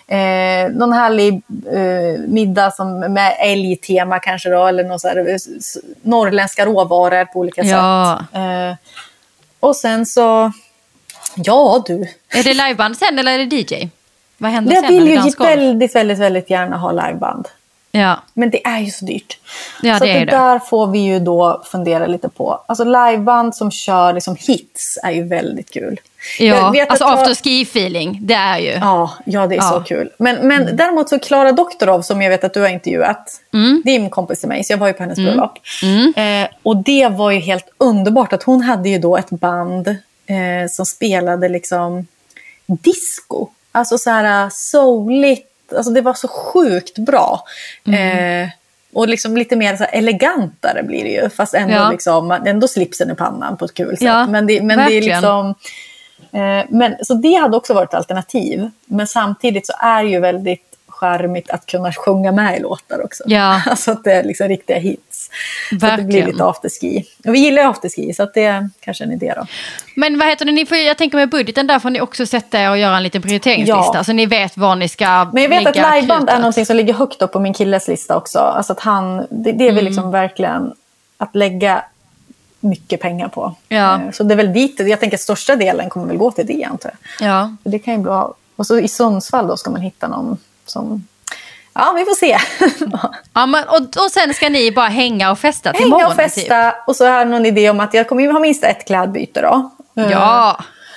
eh, någon härlig eh, middag som, med älgtema kanske då. Eller någon så här, norrländska råvaror på olika ja. sätt. Eh, och sen så, ja du. Är det liveband sen eller är det D J? Vad händer jag sen vill ju väldigt, väldigt, väldigt gärna ha liveband. Ja. Men det är ju så dyrt. Ja, så det, det, är det där får vi ju då fundera lite på. Alltså liveband som kör liksom hits är ju väldigt kul. Ja, alltså jag... afterski-feeling, det är ju. Ja, ja det är ja. så kul. Men, men mm. däremot så Klara Doktorov som jag vet att du har intervjuat. Mm. Det är en kompis till mig så jag var ju på hennes mm. bröllop. Mm. Eh, och det var ju helt underbart att hon hade ju då ett band eh, som spelade liksom disco. Alltså så här souligt, alltså det var så sjukt bra. Mm. Eh, och liksom lite mer så här elegantare blir det ju. Fast ändå, ja. liksom, ändå slipsen i pannan på ett kul sätt. Ja, men det, men det är liksom... Eh, men, så det hade också varit ett alternativ. Men samtidigt så är det ju väldigt charmigt att kunna sjunga med i låtar också. Ja. Alltså att det är liksom riktiga hits. Verkligen. Så att det blir lite afterski. Och vi gillar afterski så att det är kanske en idé då. Men vad heter det, ni får, jag tänker med budgeten där får ni också sätta er och göra en liten prioriteringslista. Ja. Så ni vet var ni ska. Men jag vet att liveband krutet. är någonting som ligger högt upp på min killes lista också. Alltså att han, det, det är väl liksom mm. verkligen att lägga mycket pengar på. Ja. Så det är väl dit, jag tänker att största delen kommer väl gå till det antar jag. Ja. Det kan ju bli bra. Och så i Sundsvall då ska man hitta någon som... Ja, vi får se. Ja, men, och, och sen ska ni bara hänga och festa till hänga morgonen. Hänga och festa. Typ. Och så har jag någon idé om att jag kommer ju ha minst ett klädbyte då. Ja.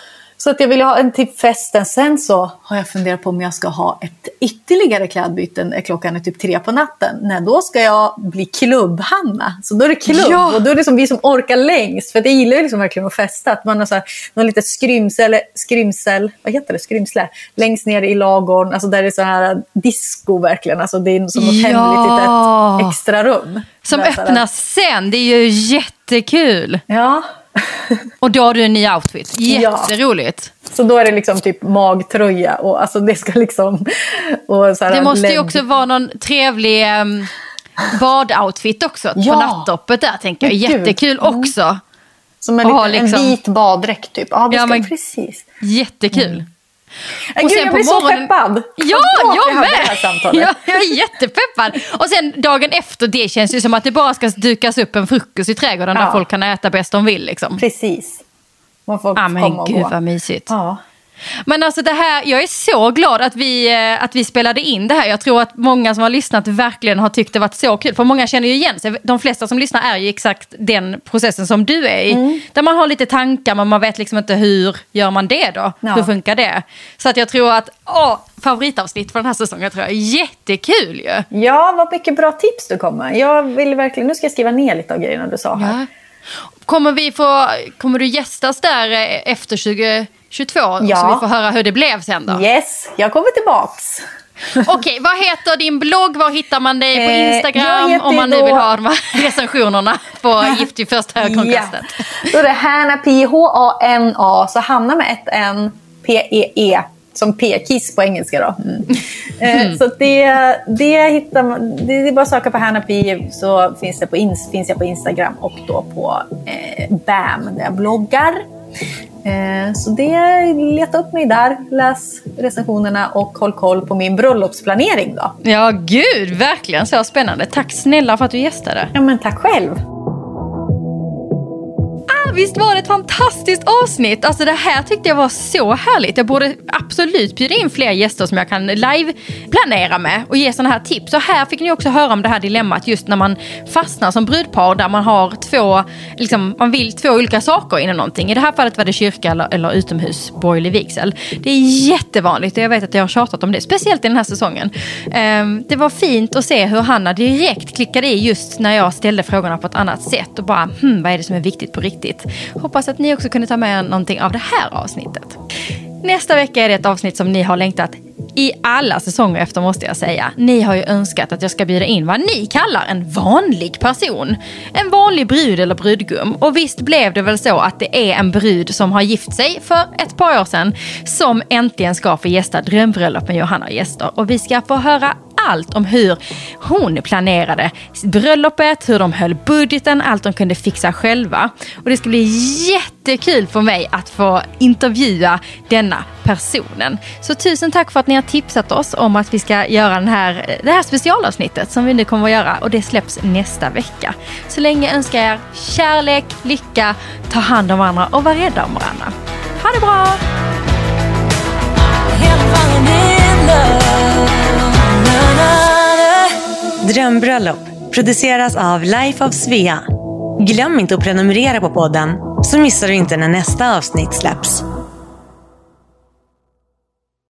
Så att jag vill ha en till festen. Sen så har jag funderat på om jag ska ha ett ytterligare klädbyte när klockan är typ tre på natten. Nej, då ska jag bli klubb-Hanna. Så då är det klubb. Ja. Och då är det som vi som orkar längst. För att jag gillar ju liksom verkligen att festa. Att man har så här, någon litet skrymsel, skrymsel, vad heter det? Skrymsle. Längst ner i lagorn. Alltså där är så här disco verkligen. Alltså det är som något Ja. hemligt litet extra rum. Som Där, så här- öppnas sen, det är ju jättekul. Ja. Och då har du en ny outfit, jätteroligt. Så då är det liksom typ magtröja och alltså det ska liksom... Och så här Det måste ju lägg- också vara någon trevlig um, badoutfit också Ja. på nattdoppet där, tänker jag. Men gud. Jättekul också. Som en, och ha liten, liksom- en vit baddräkt typ. Ja, det Ja, ska, men- precis. Jättekul. Ja, Och gud, sen jag på blir morgonen- så peppad. Ja, Vad bra att vi jag hade det här med! samtalet. Ja, jag är jättepeppad. Och sen dagen efter, det känns ju som att det bara ska dukas upp en frukost i trädgården Ja. där folk kan äta bäst de vill. Liksom. Precis. Man får Ja, komma men och gud gå. vad mysigt. Ja. Men alltså det här, jag är så glad att vi, eh, att vi spelade in det här. Jag tror att många som har lyssnat verkligen har tyckt det varit så kul. För många känner ju igen sig. De flesta som lyssnar är ju exakt den processen som du är i. Mm. Där man har lite tankar men man vet liksom inte hur gör man det då? Ja. Hur funkar det? Så att jag tror att, åh, favoritavsnitt för den här säsongen tror jag är jättekul ju. Ja, vad mycket bra tips du kommer. Jag vill verkligen, nu ska jag skriva ner lite av grejerna du sa här. Ja. Kommer, vi få, kommer du gästas där eh, efter tjugo tjugotvå? Ja. Så vi får höra hur det blev sen då. Yes, jag kommer tillbaks. Okej, vad heter din blogg? Var hittar man dig på Eh, jag Instagram? heter Om man nu då- vill ha de här recensionerna på Gift vid första ögonkastet. Då är det Hanna P, H A N A, så Hanna med ett N, P E E, som P-kiss på engelska då. Mm. Eh, så det, det hittar man, det är bara att söka på Hanna P, så finns, det på ins, finns jag på Instagram och då på eh, B A M där jag bloggar. Eh, så det, leta upp mig där, läs recensionerna och håll koll på min bröllopsplanering då. Ja, gud, verkligen så spännande. Tack snälla för att du gästade. Ja, men tack själv. Visst var det ett fantastiskt avsnitt. Alltså det här tyckte jag var så härligt. Jag borde absolut bjuda in fler gäster som jag kan live-planera med och ge sådana här tips. Och här fick ni också höra om det här dilemmat just när man fastnar som brudpar där man har två, liksom, man vill två olika saker inom någonting. I det här fallet var det kyrka eller, eller utomhus borgerlig vigsel. Det är jättevanligt och jag vet att jag har tjatat om det, speciellt i den här säsongen. Um, det var fint att se hur Hanna direkt klickade i just när jag ställde frågorna på ett annat sätt och bara, hmm, vad är det som är viktigt på riktigt? Hoppas att ni också kunde ta med någonting av det här avsnittet. Nästa vecka är det ett avsnitt som ni har längtat i alla säsonger efter, måste jag säga. Ni har ju önskat att jag ska bjuda in vad ni kallar en vanlig person. En vanlig brud eller brudgum. Och visst blev det väl så att det är en brud som har gift sig för ett par år sedan som äntligen ska få gästa Drömbröllop med Johanna och gäster. Och vi ska få höra allt om hur hon planerade bröllopet, hur de höll budgeten, allt de kunde fixa själva. Och det ska bli jättekul för mig att få intervjua denna personen. Så tusen tack för att ni har tipsat oss om att vi ska göra den här, det här specialavsnittet som vi nu kommer att göra, och det släpps nästa vecka. Så länge önskar jag er kärlek, lycka, ta hand om varandra och var rädda om varandra. Ha det bra! Drömbröllop produceras av Life of Svea. Glöm inte att prenumerera på podden så missar du inte när nästa avsnitt släpps.